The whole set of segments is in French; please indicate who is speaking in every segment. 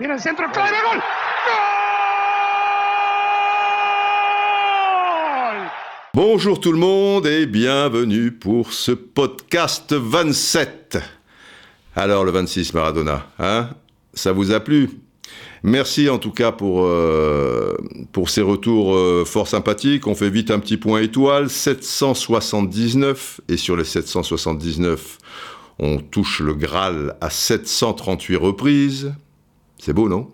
Speaker 1: Tira el centro, clave, gol! Gol!
Speaker 2: Bonjour tout le monde et bienvenue pour ce podcast 27. Alors le 26 Maradona, hein? Ça vous a plu? Merci en tout cas pour ces retours fort sympathiques. On fait vite un petit point étoile, 779, et sur les 779, on touche le Graal à 738 reprises. C'est beau, non?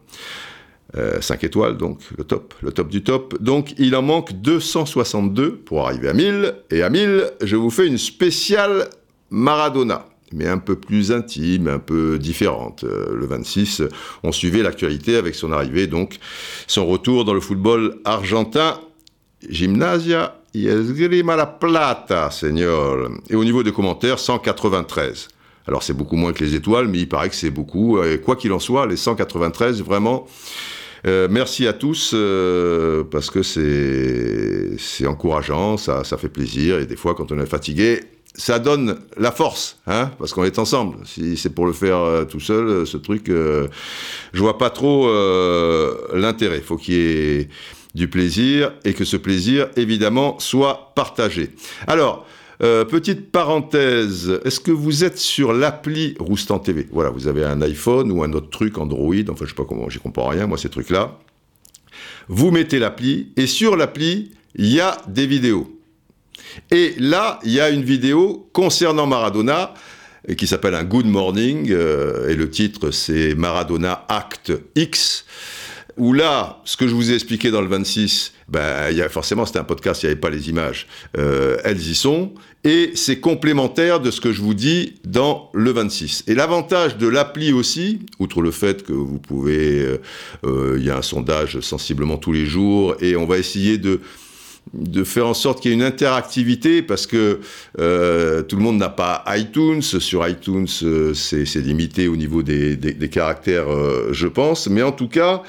Speaker 2: 5 étoiles, donc le top du top. Donc il en manque 262 pour arriver à 1000. Et à 1000, je vous fais une spéciale Maradona, mais un peu plus intime, un peu différente. Le 26, on suivait l'actualité avec son arrivée, donc son retour dans le football argentin. Gimnasia y Esgrima La Plata, señor. Et au niveau des commentaires, 193. Alors c'est beaucoup moins que les étoiles, mais il paraît que c'est beaucoup. Et quoi qu'il en soit, les 193, vraiment, merci à tous, parce que c'est encourageant, ça fait plaisir. Et des fois, quand on est fatigué, ça donne la force, hein, parce qu'on est ensemble. Si c'est pour le faire tout seul, ce truc, je vois pas trop l'intérêt. Il faut qu'il y ait du plaisir, et que ce plaisir, évidemment, soit partagé. Alors, petite parenthèse, est-ce que vous êtes sur l'appli Roustan TV? Voilà, vous avez un iPhone ou un autre truc, Android, enfin je sais pas comment, j'y comprends rien, moi ces trucs-là. Vous mettez l'appli, et sur l'appli, il y a des vidéos. Et là, il y a une vidéo concernant Maradona, qui s'appelle un Good Morning, et le titre c'est Maradona Acte X, où là, ce que je vous ai expliqué dans le 26, forcément c'était un podcast, il n'y avait pas les images, elles y sont, et c'est complémentaire de ce que je vous dis dans le 26. Et l'avantage de l'appli aussi, outre le fait que vous pouvez, il y a un sondage sensiblement tous les jours, et on va essayer de faire en sorte qu'il y ait une interactivité, parce que tout le monde n'a pas iTunes. Sur iTunes, c'est limité au niveau des caractères, je pense. Mais en tout cas,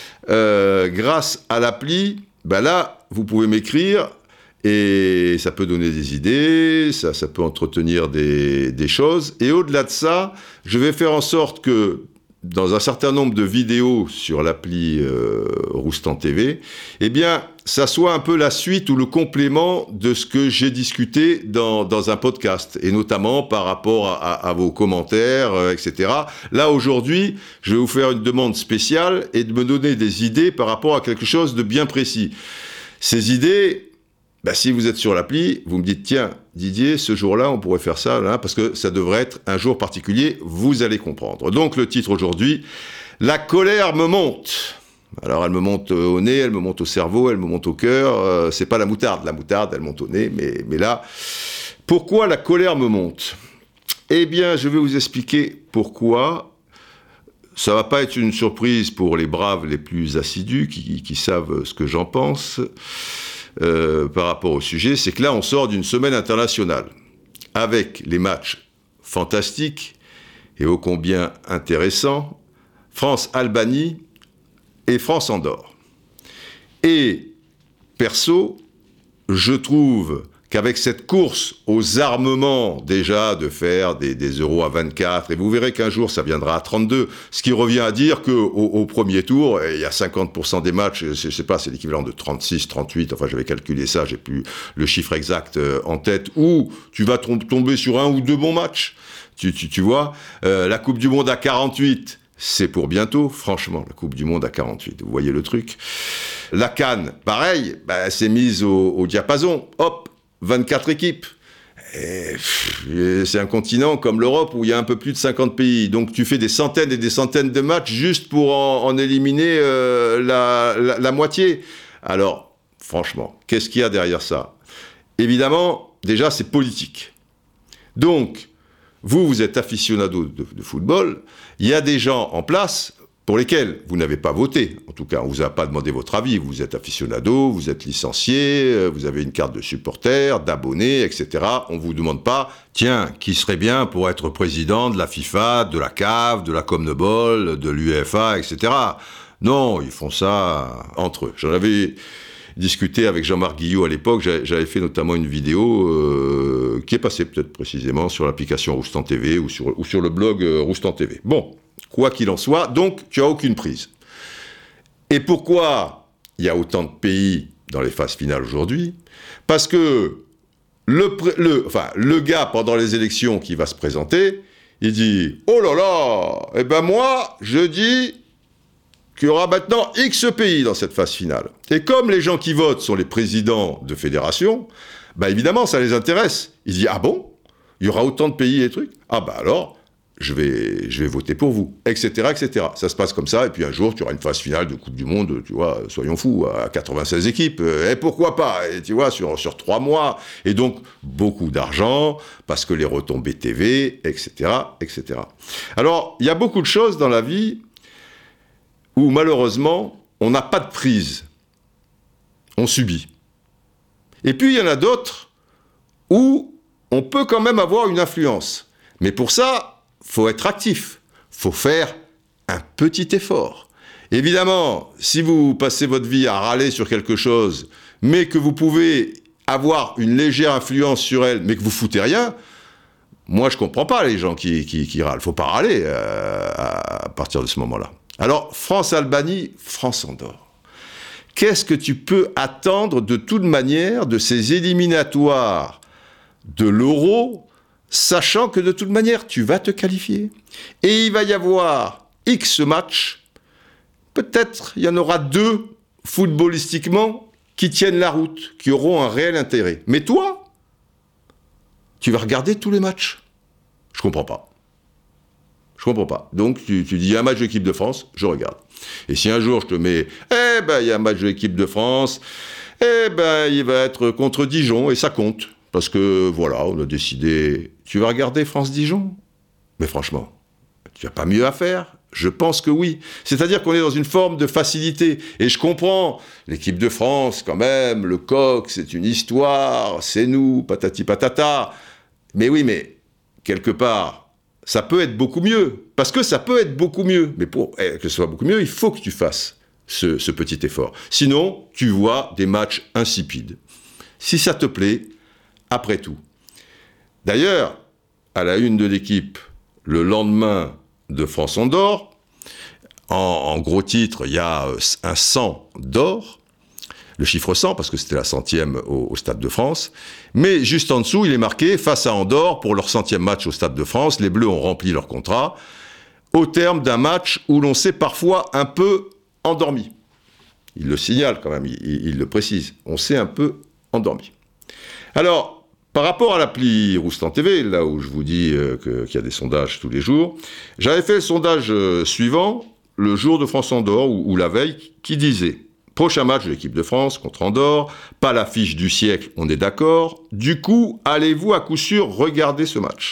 Speaker 2: grâce à l'appli, là, vous pouvez m'écrire, et ça peut donner des idées, ça peut entretenir des choses. Et au-delà de ça, je vais faire en sorte que, dans un certain nombre de vidéos sur l'appli Roustan TV, ça soit un peu la suite ou le complément de ce que j'ai discuté dans un podcast, et notamment par rapport à vos commentaires, etc. Là, aujourd'hui, je vais vous faire une demande spéciale et de me donner des idées par rapport à quelque chose de bien précis. Ces idées, si vous êtes sur l'appli, vous me dites, tiens, Didier, ce jour-là, on pourrait faire ça, là, parce que ça devrait être un jour particulier, vous allez comprendre. Donc, le titre aujourd'hui, la colère me monte. Alors, elle me monte au nez, elle me monte au cerveau, elle me monte au cœur. C'est pas la moutarde, elle monte au nez, mais là, pourquoi la colère me monte? Je vais vous expliquer pourquoi. Ça va pas être une surprise pour les braves les plus assidus, qui savent ce que j'en pense. Par rapport au sujet, c'est que là, on sort d'une semaine internationale, avec les matchs fantastiques et ô combien intéressants, France-Albanie et France-Andorre. Et, perso, je trouve qu'avec cette course aux armements, déjà, de faire des euros à 24, et vous verrez qu'un jour, ça viendra à 32, ce qui revient à dire qu'au premier tour, il y a 50% des matchs, je sais pas, c'est l'équivalent de 36, 38, enfin, j'avais calculé ça, j'ai plus le chiffre exact en tête, où tu vas tomber sur un ou deux bons matchs, tu vois, la Coupe du Monde à 48, c'est pour bientôt, franchement, la Coupe du Monde à 48, vous voyez le truc. La CAN, pareil, c'est mise au diapason, hop, 24 équipes. Et c'est un continent comme l'Europe où il y a un peu plus de 50 pays. Donc tu fais des centaines et des centaines de matchs juste pour en éliminer la moitié. Alors, franchement, qu'est-ce qu'il y a derrière ça? Évidemment, déjà, c'est politique. Donc, vous êtes aficionado de football. Il y a des gens en place pour lesquels vous n'avez pas voté. En tout cas, on ne vous a pas demandé votre avis. Vous êtes aficionado, vous êtes licencié, vous avez une carte de supporter, d'abonné, etc. On ne vous demande pas, tiens, qui serait bien pour être président de la FIFA, de la CAF, de la CONMEBOL, de l'UEFA, etc. Non, ils font ça entre eux. J'en avais discuté avec Jean-Marc Guillot à l'époque. J'avais fait notamment une vidéo qui est passée peut-être précisément sur l'application Roustan TV ou sur le blog Roustan TV. Bon. quoi qu'il en soit, donc tu n'as aucune prise. Et pourquoi il y a autant de pays dans les phases finales aujourd'hui? Parce que le gars, pendant les élections qui va se présenter, il dit « Oh là là, eh ben moi, je dis qu'il y aura maintenant X pays dans cette phase finale. » Et comme les gens qui votent sont les présidents de fédérations, bah évidemment, ça les intéresse. Il dit « Ah bon? Il y aura autant de pays et trucs? Ah bah alors, je vais voter pour vous, etc., etc. » Ça se passe comme ça, et puis un jour, tu auras une phase finale de Coupe du Monde, tu vois, soyons fous, à 96 équipes, et pourquoi pas, et tu vois, sur 3 mois, et donc beaucoup d'argent, parce que les retombées TV, etc., etc. Alors, il y a beaucoup de choses dans la vie où, malheureusement, on n'a pas de prise, on subit. Et puis, il y en a d'autres où on peut quand même avoir une influence, mais pour ça, faut être actif, faut faire un petit effort. Évidemment, si vous passez votre vie à râler sur quelque chose, mais que vous pouvez avoir une légère influence sur elle, mais que vous foutez rien, moi je comprends pas les gens qui râlent. Faut pas râler à partir de ce moment-là. Alors, France-Albanie, France-Andorre. Qu'est-ce que tu peux attendre de toute manière de ces éliminatoires de l'Euro, sachant que de toute manière, tu vas te qualifier. Et il va y avoir X matchs, peut-être il y en aura 2, footballistiquement, qui tiennent la route, qui auront un réel intérêt. Mais toi, tu vas regarder tous les matchs. Je comprends pas. Je comprends pas. Donc, tu dis, il y a un match de l'équipe de France, je regarde. Et si un jour, je te mets, il y a un match de l'équipe de France, il va être contre Dijon, et ça compte. Parce que, voilà, on a décidé... Tu vas regarder France-Dijon? Mais franchement, tu n'as pas mieux à faire? Je pense que oui. C'est-à-dire qu'on est dans une forme de facilité. Et je comprends, l'équipe de France, quand même, le coq, c'est une histoire, c'est nous, patati patata. Mais oui, mais, quelque part, ça peut être beaucoup mieux. Parce que ça peut être beaucoup mieux. Mais pour que ce soit beaucoup mieux, il faut que tu fasses ce petit effort. Sinon, tu vois des matchs insipides. Si ça te plaît... Après tout. D'ailleurs, à la une de l'équipe, le lendemain de France-Andorre, en gros titre, il y a un 100 d'or, le chiffre 100, parce que c'était la 100e au Stade de France, mais juste en dessous, il est marqué, face à Andorre, pour leur 100e match au Stade de France, les Bleus ont rempli leur contrat, au terme d'un match où l'on s'est parfois un peu endormi. Il le signale quand même, il le précise, on s'est un peu endormi. Alors, par rapport à l'appli Roustan TV, là où je vous dis qu'il y a des sondages tous les jours, j'avais fait le sondage suivant, le jour de France-Andorre, ou la veille, qui disait « Prochain match de l'équipe de France contre Andorre, pas l'affiche du siècle, on est d'accord. Du coup, allez-vous à coup sûr regarder ce match ?»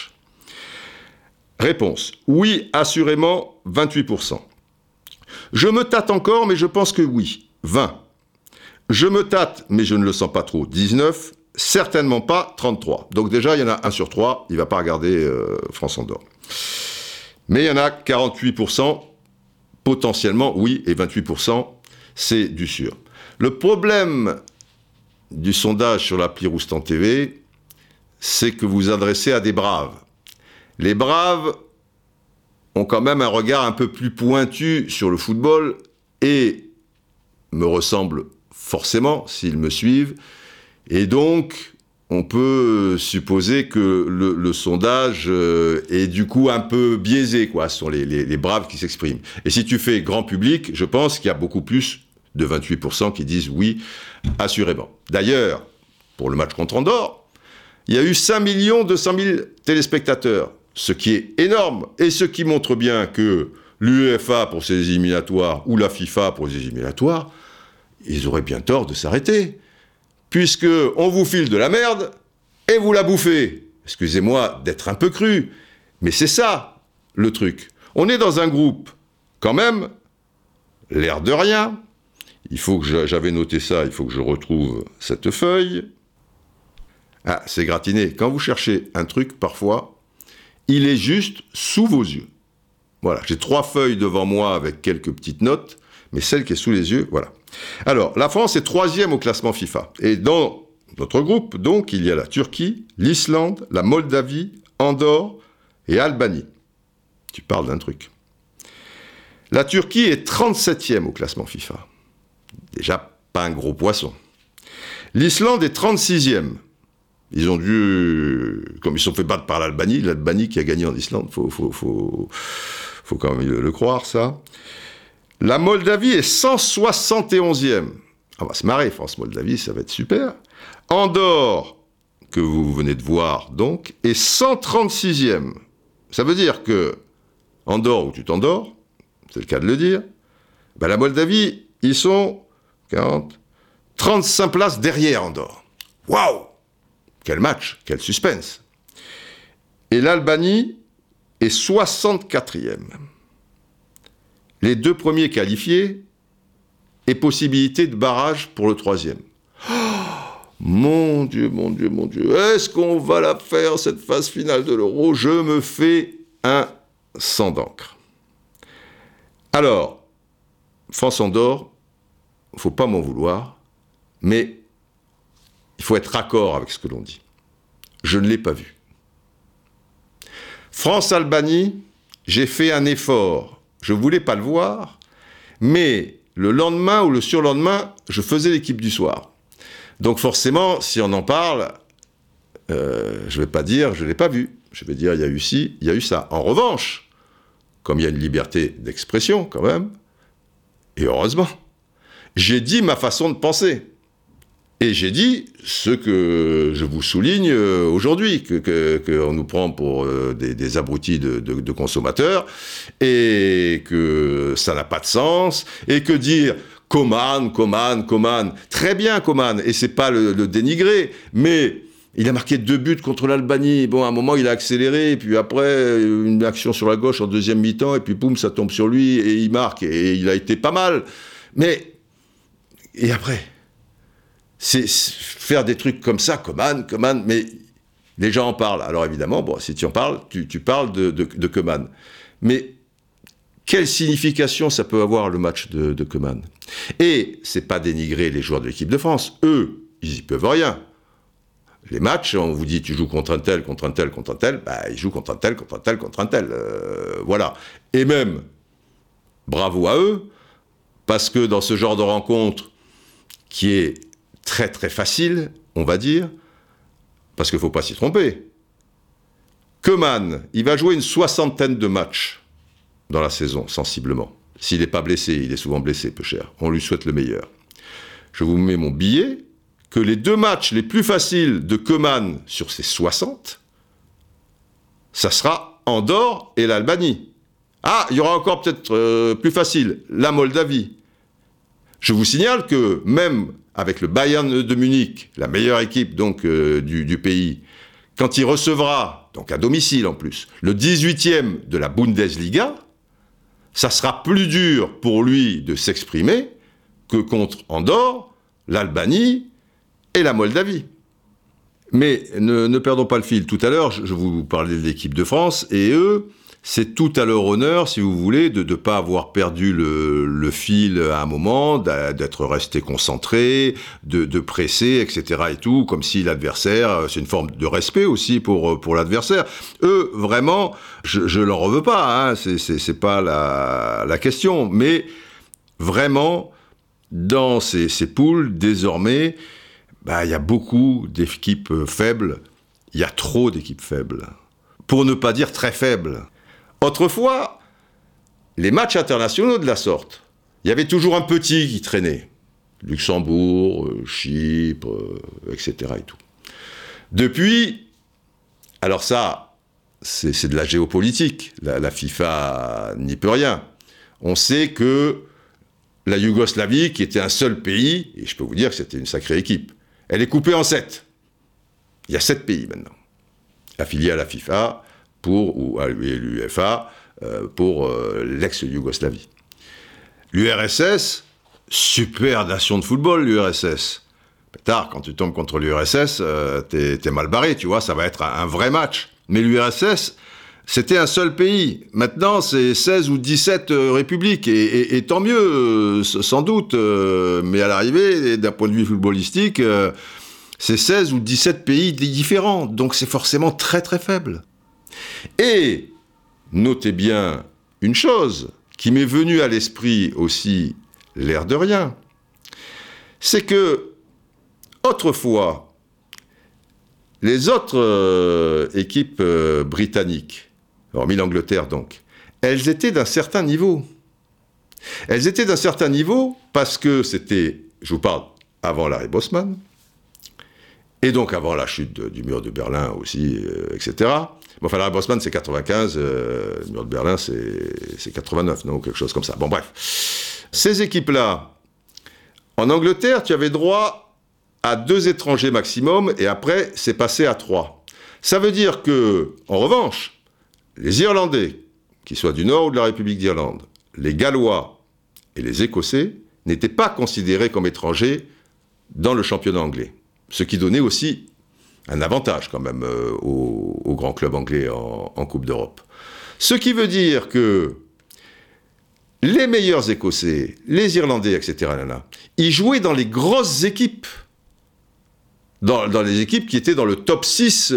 Speaker 2: Réponse « Oui, assurément, 28%. Je me tâte encore, mais je pense que oui, 20. Je me tâte, mais je ne le sens pas trop, 19. Certainement pas 33. Donc déjà, il y en a 1 sur 3, il ne va pas regarder France-Andorre. Mais il y en a 48%, potentiellement, oui, et 28%, c'est du sûr. Le problème du sondage sur l'appli Roustan TV, c'est que vous adressez à des braves. Les braves ont quand même un regard un peu plus pointu sur le football et me ressemblent forcément, s'ils me suivent. Et donc, on peut supposer que le sondage est du coup un peu biaisé, quoi. Ce sont les braves qui s'expriment. Et si tu fais grand public, je pense qu'il y a beaucoup plus de 28% qui disent oui, assurément. D'ailleurs, pour le match contre Andorre, il y a eu 5 200 000 téléspectateurs, ce qui est énorme, et ce qui montre bien que l'UEFA pour ses éliminatoires ou la FIFA pour les éliminatoires, ils auraient bien tort de s'arrêter. Puisque on vous file de la merde et vous la bouffez. Excusez-moi d'être un peu cru, mais c'est ça le truc. On est dans un groupe, quand même, l'air de rien. Il faut que j'avais noté ça, il faut que je retrouve cette feuille. Ah, c'est gratiné. Quand vous cherchez un truc, parfois, il est juste sous vos yeux. Voilà, j'ai 3 feuilles devant moi avec quelques petites notes, mais celle qui est sous les yeux, voilà. Alors, la France est 3e au classement FIFA. Et dans notre groupe, donc, il y a la Turquie, l'Islande, la Moldavie, Andorre et Albanie. Tu parles d'un truc. La Turquie est 37e au classement FIFA. Déjà, pas un gros poisson. L'Islande est 36e. Ils ont dû... Comme ils se sont fait battre par l'Albanie qui a gagné en Islande, faut quand même le croire, ça. La Moldavie est 171e. On va se marrer, France-Moldavie, ça va être super. Andorre, que vous venez de voir, donc, est 136e. Ça veut dire que Andorre, où tu t'endors, c'est le cas de le dire, ben la Moldavie, ils sont 35 places derrière Andorre. Waouh! Quel match, quel suspense. Et l'Albanie est 64e. Les deux premiers qualifiés et possibilité de barrage pour le troisième. Oh, mon Dieu, mon Dieu, mon Dieu. Est-ce qu'on va la faire, cette phase finale de l'Euro? Je me fais un sang d'encre. Alors, France-Andorre, il ne faut pas m'en vouloir, mais il faut être raccord avec ce que l'on dit. Je ne l'ai pas vu. France-Albanie, j'ai fait un effort. Je ne voulais pas le voir, mais le lendemain ou le surlendemain, je faisais l'équipe du soir. Donc forcément, si on en parle, je ne vais pas dire je ne l'ai pas vu. Je vais dire il y a eu ci, il y a eu ça. En revanche, comme il y a une liberté d'expression quand même, et heureusement, j'ai dit ma façon de penser. Et j'ai dit ce que je vous souligne aujourd'hui, qu'on nous prend pour des abrutis de consommateurs, et que ça n'a pas de sens, et que dire Coman, très bien Coman, et c'est pas le dénigrer, mais il a marqué 2 buts contre l'Albanie, bon à un moment il a accéléré, et puis après une action sur la gauche en deuxième mi-temps, et puis boum, ça tombe sur lui, et il marque, et il a été pas mal, mais, et après c'est faire des trucs comme ça, Coman, mais les gens en parlent. Alors évidemment, bon, si tu en parles, tu parles de Coman. Mais quelle signification ça peut avoir le match de Coman? Et c'est pas dénigrer les joueurs de l'équipe de France. Eux, ils y peuvent rien. Les matchs, on vous dit tu joues contre un tel, bah ils jouent contre un tel. Voilà. Et même, bravo à eux, parce que dans ce genre de rencontre qui est très très facile, on va dire, parce qu'il ne faut pas s'y tromper. Coman, il va jouer une 60aine de matchs dans la saison, sensiblement. S'il n'est pas blessé, il est souvent blessé, peu cher. On lui souhaite le meilleur. Je vous mets mon billet, que les 2 matchs les plus faciles de Coman sur ces 60, ça sera Andorre et l'Albanie. Ah, il y aura encore peut-être plus facile, la Moldavie. Je vous signale que même avec le Bayern de Munich, la meilleure équipe donc du pays, quand il recevra, donc à domicile en plus, le 18e de la Bundesliga, ça sera plus dur pour lui de s'exprimer que contre Andorre, l'Albanie et la Moldavie. Mais ne perdons pas le fil. Tout à l'heure, je vous parlais de l'équipe de France, et eux, c'est tout à leur honneur, si vous voulez, de ne pas avoir perdu le fil à un moment, d'être resté concentré, de presser, etc. et tout, comme si l'adversaire, c'est une forme de respect aussi pour l'adversaire. Eux, vraiment, je leur en veux pas, hein, c'est pas la question, mais vraiment, dans ces poules, désormais, bah, y a beaucoup d'équipes faibles, il y a trop d'équipes faibles, pour ne pas dire très faibles. Autrefois, les matchs internationaux de la sorte, il y avait toujours un petit qui traînait. Luxembourg, Chypre, etc. et tout. Depuis, alors ça, c'est de la géopolitique. La FIFA n'y peut rien. On sait que la Yougoslavie, qui était un seul pays, et je peux vous dire que c'était une sacrée équipe, elle est coupée en 7. Il y a 7 pays maintenant, affiliés à la FIFA, ou à l'UEFA, pour l'ex-Yougoslavie. L'URSS, super nation de football, l'URSS. Tard, quand tu tombes contre l'URSS, t'es mal barré, tu vois, ça va être un vrai match. Mais l'URSS, c'était un seul pays. Maintenant, c'est 16 ou 17 républiques, et tant mieux, sans doute. Mais à l'arrivée, d'un point de vue footballistique, c'est 16 ou 17 pays différents. Donc c'est forcément très très faible. Et notez bien une chose qui m'est venu à l'esprit aussi, l'air de rien, c'est que, autrefois, les autres équipes britanniques, hormis l'Angleterre donc, elles étaient d'un certain niveau. Elles étaient d'un certain niveau parce que c'était, je vous parle, avant l'arrêt Bosman, et donc avant la chute du mur de Berlin aussi, etc. Bon, enfin, l'arrêt Bosman, c'est 95, le mur de Berlin, c'est 89, non, quelque chose comme ça. Bon, bref. Ces équipes-là, en Angleterre, tu avais droit à 2 étrangers maximum, et après, c'est passé à 3. Ça veut dire que, en revanche, les Irlandais, qu'ils soient du Nord ou de la République d'Irlande, les Gallois et les Écossais, n'étaient pas considérés comme étrangers dans le championnat anglais. Ce qui donnait aussi un avantage quand même aux grands clubs anglais en Coupe d'Europe. Ce qui veut dire que les meilleurs Écossais, les Irlandais, etc., ils jouaient dans les grosses équipes, dans les équipes qui étaient dans le top 6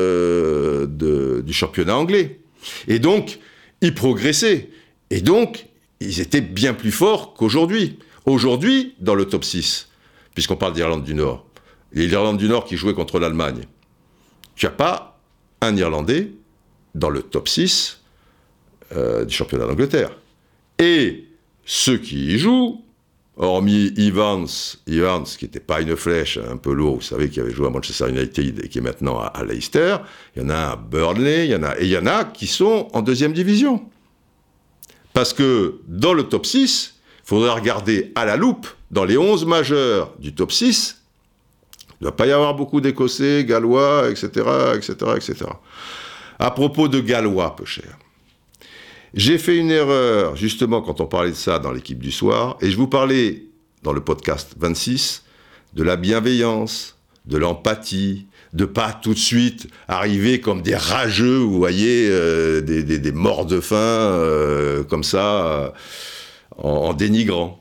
Speaker 2: du championnat anglais. Et donc, ils progressaient. Et donc, ils étaient bien plus forts qu'aujourd'hui. Aujourd'hui, dans le top 6, puisqu'on parle d'Irlande du Nord, et l'Irlande du Nord qui jouait contre l'Allemagne, tu n'as pas un Irlandais dans le top 6 du championnat d'Angleterre. Et ceux qui y jouent, hormis Evans qui n'était pas une flèche, un peu lourd, vous savez, qui avait joué à Manchester United et qui est maintenant à Leicester, il y en a à Burnley, il y en a qui sont en 2e division. Parce que dans le top 6, il faudrait regarder à la loupe, dans les 11 majeurs du top 6, il ne doit pas y avoir beaucoup d'Écossais, Gallois, etc., etc., etc. À propos de Gallois, peu cher, j'ai fait une erreur, justement, quand on parlait de ça dans l'équipe du soir, et je vous parlais, dans le podcast 26, de la bienveillance, de l'empathie, de pas tout de suite arriver comme des rageux, vous voyez, des morts de faim, comme ça, en dénigrant.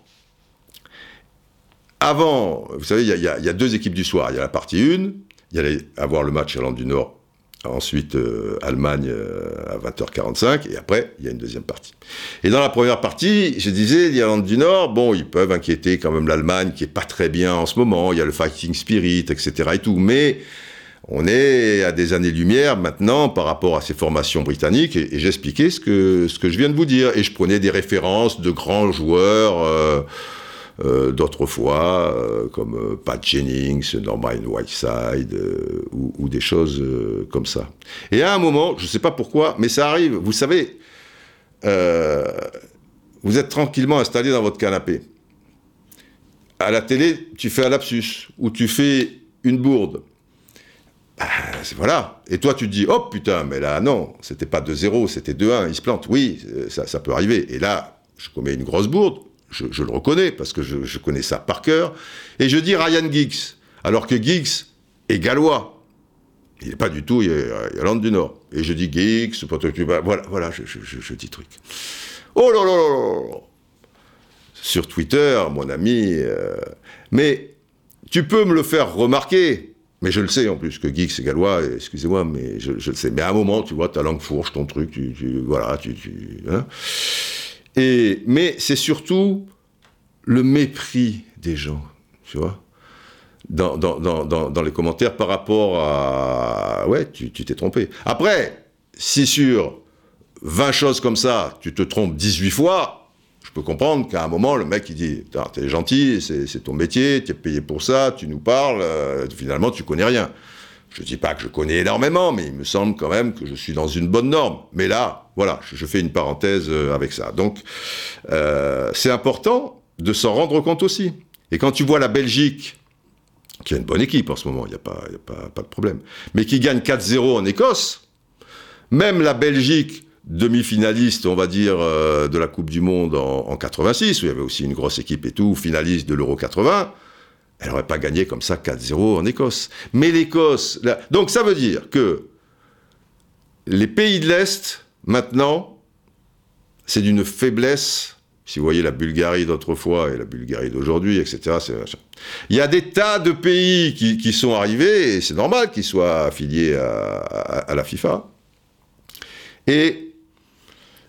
Speaker 2: Avant, vous savez, il y a 2 équipes du soir. Il y a la partie 1, il y allait avoir le match Irlande du Nord, ensuite Allemagne à 20h45, et après, il y a une deuxième partie. Et dans la première partie, je disais, l'Irlande du Nord, bon, ils peuvent inquiéter quand même l'Allemagne, qui est pas très bien en ce moment, il y a le fighting spirit, etc. et tout, mais on est à des années-lumière maintenant par rapport à ces formations britanniques, et j'expliquais ce que je viens de vous dire, et je prenais des références de grands joueurs d'autrefois, comme Pat Jennings, Norman Whiteside, ou des choses comme ça. Et à un moment, je ne sais pas pourquoi, mais ça arrive, vous savez, vous êtes tranquillement installé dans votre canapé. À la télé, tu fais un lapsus, ou tu fais une bourde. Voilà. Et toi, tu te dis, oh putain, mais là, non, c'était pas 2-0, c'était 2-1, il se plante. Oui, ça peut arriver. Et là, je commets une grosse bourde. Je le reconnais, parce que je connais ça par cœur, et je dis Ryan Giggs, alors que Giggs est gallois. Il n'est pas du tout Irlande du Nord. Et je dis Giggs, voilà, je dis truc. Oh là là là là. Sur Twitter, mon ami, mais tu peux me le faire remarquer, mais je le sais en plus, que Giggs est gallois, excusez-moi, mais je le sais. Mais à un moment, tu vois, ta langue fourche, ton truc, voilà, hein. Mais c'est surtout le mépris des gens, tu vois, dans les commentaires par rapport à... Ouais, tu t'es trompé. Après, si sur 20 choses comme ça, tu te trompes 18 fois, je peux comprendre qu'à un moment, le mec, il dit « T'es gentil, c'est ton métier, t'es payé pour ça, tu nous parles, finalement, tu connais rien. » Je ne dis pas que je connais énormément, mais il me semble quand même que je suis dans une bonne norme. Mais là, voilà, je fais une parenthèse avec ça. Donc, c'est important de s'en rendre compte aussi. Et quand tu vois la Belgique, qui a une bonne équipe en ce moment, il n'y a pas de problème, mais qui gagne 4-0 en Écosse, même la Belgique, demi-finaliste, on va dire, de la Coupe du Monde en 86, où il y avait aussi une grosse équipe et tout, finaliste de l'Euro 80, elle n'aurait pas gagné comme ça 4-0 en Écosse. Mais l'Écosse... Donc ça veut dire que les pays de l'Est, maintenant, c'est d'une faiblesse. Si vous voyez la Bulgarie d'autrefois et la Bulgarie d'aujourd'hui, etc., il y a des tas de pays qui sont arrivés, et c'est normal qu'ils soient affiliés à la FIFA. Et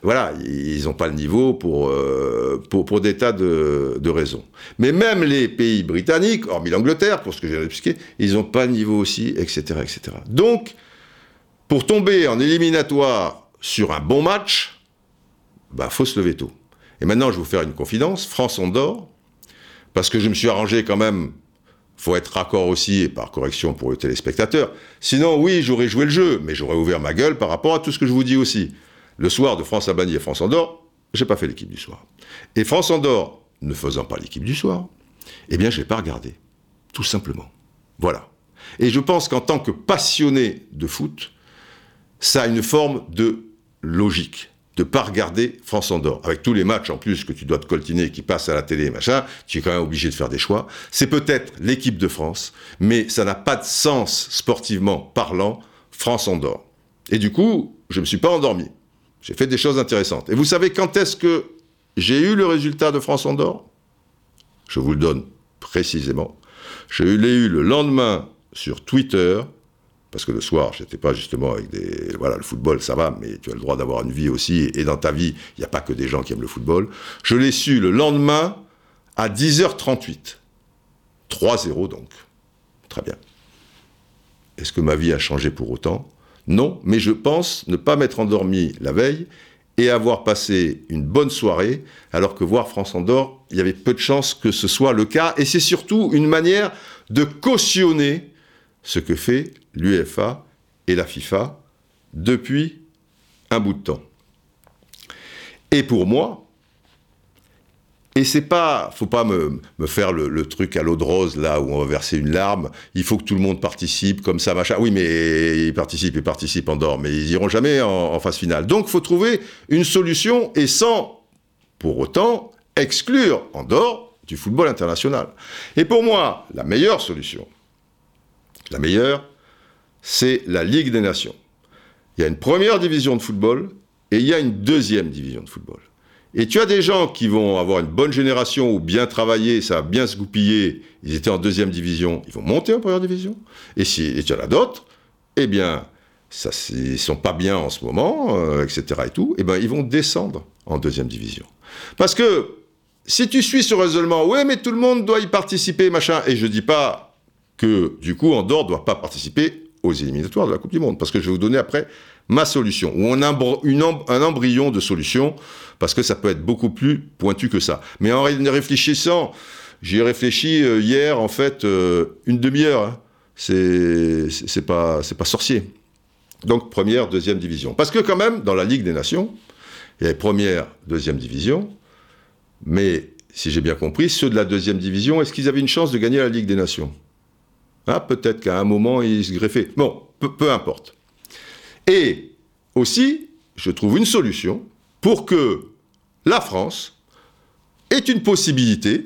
Speaker 2: voilà, ils n'ont pas le niveau pour des tas de raisons. Mais même les pays britanniques, hormis l'Angleterre, pour ce que j'ai expliqué, ils n'ont pas le niveau aussi, etc., etc. Donc, pour tomber en éliminatoire sur un bon match, faut se lever tôt. Et maintenant, je vais vous faire une confidence, France-Andorre, parce que je me suis arrangé quand même, faut être raccord aussi, et par correction pour le téléspectateur. Sinon, oui, j'aurais joué le jeu, mais j'aurais ouvert ma gueule par rapport à tout ce que je vous dis aussi. Le soir de France-Albanie et France-Andorre, j'ai pas fait l'équipe du soir. Et France-Andorre, ne faisant pas l'équipe du soir, eh bien, je l'ai pas regardé. Tout simplement. Voilà. Et je pense qu'en tant que passionné de foot, ça a une forme de logique. De ne pas regarder France-Andorre. Avec tous les matchs en plus que tu dois te coltiner, qui passent à la télé, machin, tu es quand même obligé de faire des choix. C'est peut-être l'équipe de France, mais ça n'a pas de sens sportivement parlant, France-Andorre. Et du coup, je ne me suis pas endormi. J'ai fait des choses intéressantes. Et vous savez quand est-ce que j'ai eu le résultat de France-Andorre ? Je vous le donne précisément. Je l'ai eu le lendemain sur Twitter, parce que le soir, je n'étais pas justement avec des... Voilà, le football, ça va, mais tu as le droit d'avoir une vie aussi, et dans ta vie, il n'y a pas que des gens qui aiment le football. Je l'ai su le lendemain à 10h38. 3-0 donc. Très bien. Est-ce que ma vie a changé pour autant ? Non, mais je pense ne pas m'être endormi la veille et avoir passé une bonne soirée, alors que voir France-Andorre, il y avait peu de chances que ce soit le cas, et c'est surtout une manière de cautionner ce que fait l'UEFA et la FIFA depuis un bout de temps. Et pour moi, et c'est pas, faut pas me faire le truc à l'eau de rose là où on va verser une larme, il faut que tout le monde participe comme ça, machin. Oui, mais ils participent Andorre, mais ils iront jamais en phase finale. Donc, faut trouver une solution et sans, pour autant, exclure Andorre du football international. Et pour moi, la meilleure solution, c'est la Ligue des Nations. Il y a une première division de football et il y a une deuxième division de football. Et tu as des gens qui vont avoir une bonne génération ou bien travailler, ça va bien se goupiller, ils étaient en deuxième division, ils vont monter en première division. Et tu en as d'autres, eh bien, ils sont pas bien en ce moment, etc. et tout, eh bien, ils vont descendre en deuxième division. Parce que si tu suis ce raisonnement, ouais, mais tout le monde doit y participer, machin, et je dis pas que, du coup, Andorre ne doit pas participer aux éliminatoires de la Coupe du Monde. Parce que je vais vous donner après ma solution, ou un embryon de solution, parce que ça peut être beaucoup plus pointu que ça. Mais en réfléchissant, j'y ai réfléchi hier, en fait, une demi-heure. Hein. C'est pas sorcier. Donc, première, deuxième division. Parce que quand même, dans la Ligue des Nations, il y avait première, deuxième division, mais si j'ai bien compris, ceux de la deuxième division, est-ce qu'ils avaient une chance de gagner la Ligue des Nations ? Ah, peut-être qu'à un moment, ils se greffaient. Bon, peu importe. Et aussi, je trouve une solution pour que la France ait une possibilité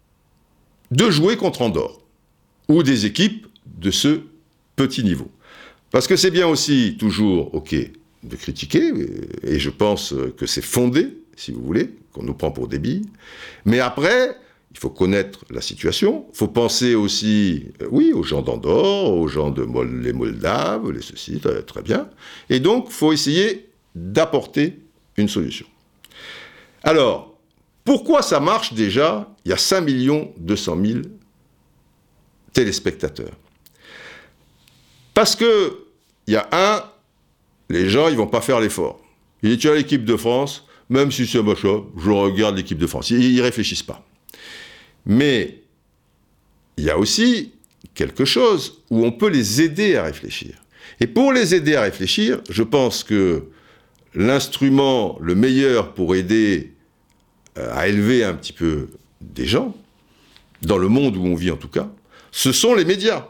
Speaker 2: de jouer contre Andorre ou des équipes de ce petit niveau. Parce que c'est bien aussi toujours, ok, de critiquer, et je pense que c'est fondé, si vous voulez, qu'on nous prend pour des billes, mais après, il faut connaître la situation, il faut penser aussi, oui, aux gens d'Andorre, aux gens les Moldaves, les ceci, très bien, et donc, il faut essayer d'apporter une solution. Alors, pourquoi ça marche déjà ? Il y a 5 200 000 téléspectateurs. Parce que, il y a les gens, ils vont pas faire l'effort. Il dit, tu as l'équipe de France, même si c'est machin, je regarde l'équipe de France. Ils ne réfléchissent pas. Mais il y a aussi quelque chose où on peut les aider à réfléchir. Et pour les aider à réfléchir, je pense que l'instrument le meilleur pour aider à élever un petit peu des gens, dans le monde où on vit en tout cas, ce sont les médias.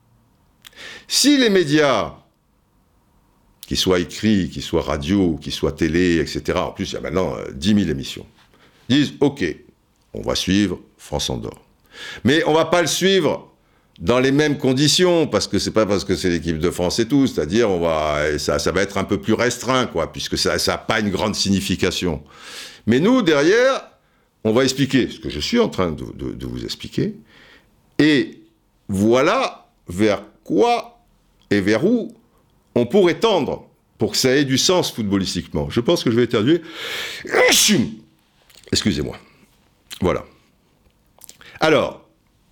Speaker 2: Si les médias, qu'ils soient écrits, qu'ils soient radio, qu'ils soient télé, etc., en plus il y a maintenant 10 000 émissions, disent « Ok, on va suivre France-Andorre. Mais on ne va pas le suivre dans les mêmes conditions, parce que c'est pas parce que c'est l'équipe de France et tout, c'est-à-dire ça va être un peu plus restreint, quoi, puisque ça n'a pas une grande signification. Mais nous, derrière, on va expliquer ce que je suis en train de vous expliquer, et voilà vers quoi et vers où on pourrait tendre pour que ça ait du sens footballistiquement. Je pense que je vais éternuer. Excusez-moi. Voilà. Alors,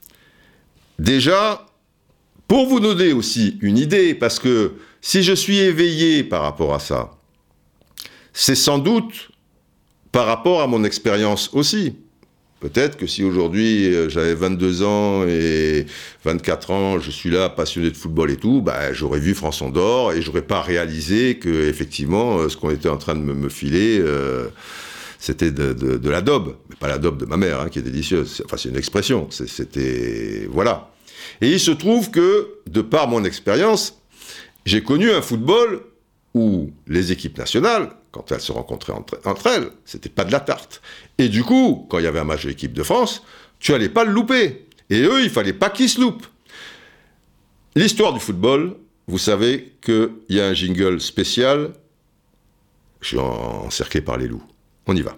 Speaker 2: déjà, pour vous donner aussi une idée, parce que si je suis éveillé par rapport à ça, c'est sans doute par rapport à mon expérience aussi. Peut-être que si aujourd'hui j'avais 22 ans et 24 ans, je suis là passionné de football et tout, j'aurais vu Françon d'Or et j'aurais pas réalisé que effectivement ce qu'on était en train de me filer, c'était de la daube, mais pas la daube de ma mère qui est délicieuse. Enfin c'est une expression. C'était voilà. Et il se trouve que de par mon expérience, j'ai connu un football où les équipes nationales, quand elles se rencontraient entre elles, c'était pas de la tarte. Et du coup, quand il y avait un match de l'équipe de France, tu allais pas le louper. Et eux, il fallait pas qu'ils se loupent. L'histoire du football, vous savez qu'il y a un jingle spécial. Je suis encerclé par les loups. On y va.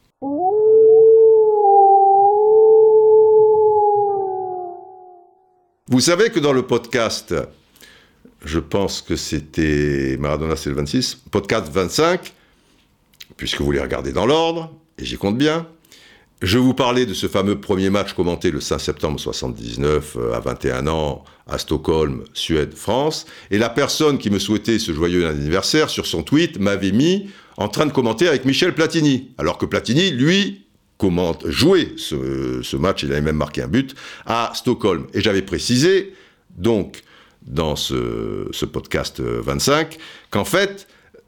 Speaker 2: Vous savez que dans le podcast, je pense que c'était Maradona, c'est le 26, podcast 25, puisque vous les regardez dans l'ordre, et j'y compte bien, je vous parlais de ce fameux premier match commenté le 5 septembre 79, à 21 ans, à Stockholm, Suède, France, et la personne qui me souhaitait ce joyeux anniversaire, sur son tweet, m'avait mis en train de commenter avec Michel Platini, alors que Platini, lui, jouait ce match, il avait même marqué un but, à Stockholm. Et j'avais précisé, donc, dans ce podcast 25, qu'en fait,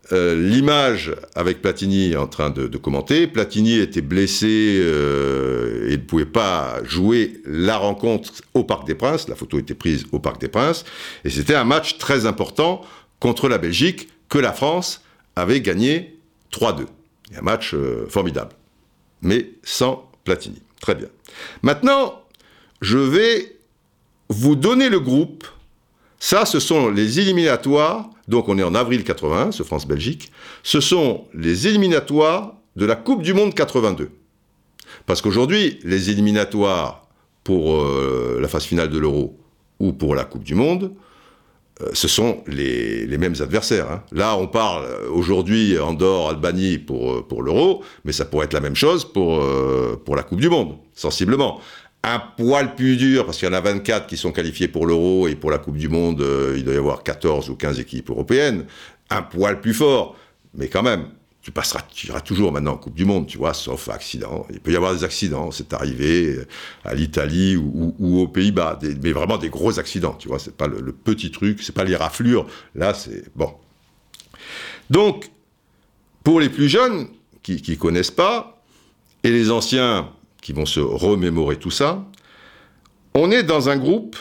Speaker 2: l'image avec Platini en train de commenter, Platini était blessé et ne pouvait pas jouer la rencontre au Parc des Princes, la photo était prise au Parc des Princes, et c'était un match très important contre la Belgique que la France avait gagné 3-2. Un match formidable, mais sans Platini. Très bien. Maintenant, je vais vous donner le groupe. Ça, ce sont les éliminatoires, donc on est en avril 81, ce France-Belgique, ce sont les éliminatoires de la Coupe du Monde 82. Parce qu'aujourd'hui, les éliminatoires pour la phase finale de l'Euro ou pour la Coupe du Monde, ce sont les mêmes adversaires. Là, on parle aujourd'hui Andorre, Albanie pour l'Euro, mais ça pourrait être la même chose pour la Coupe du Monde, sensiblement. Un poil plus dur, parce qu'il y en a 24 qui sont qualifiés pour l'Euro, et pour la Coupe du Monde, il doit y avoir 14 ou 15 équipes européennes. Un poil plus fort, mais quand même, tu iras toujours maintenant en Coupe du Monde, tu vois, sauf accident. Il peut y avoir des accidents, c'est arrivé à l'Italie ou aux Pays-Bas, mais vraiment des gros accidents, tu vois, c'est pas le petit truc, c'est pas les raflures, là c'est bon. Donc, pour les plus jeunes qui connaissent pas, et les anciens qui vont se remémorer tout ça, on est dans un groupe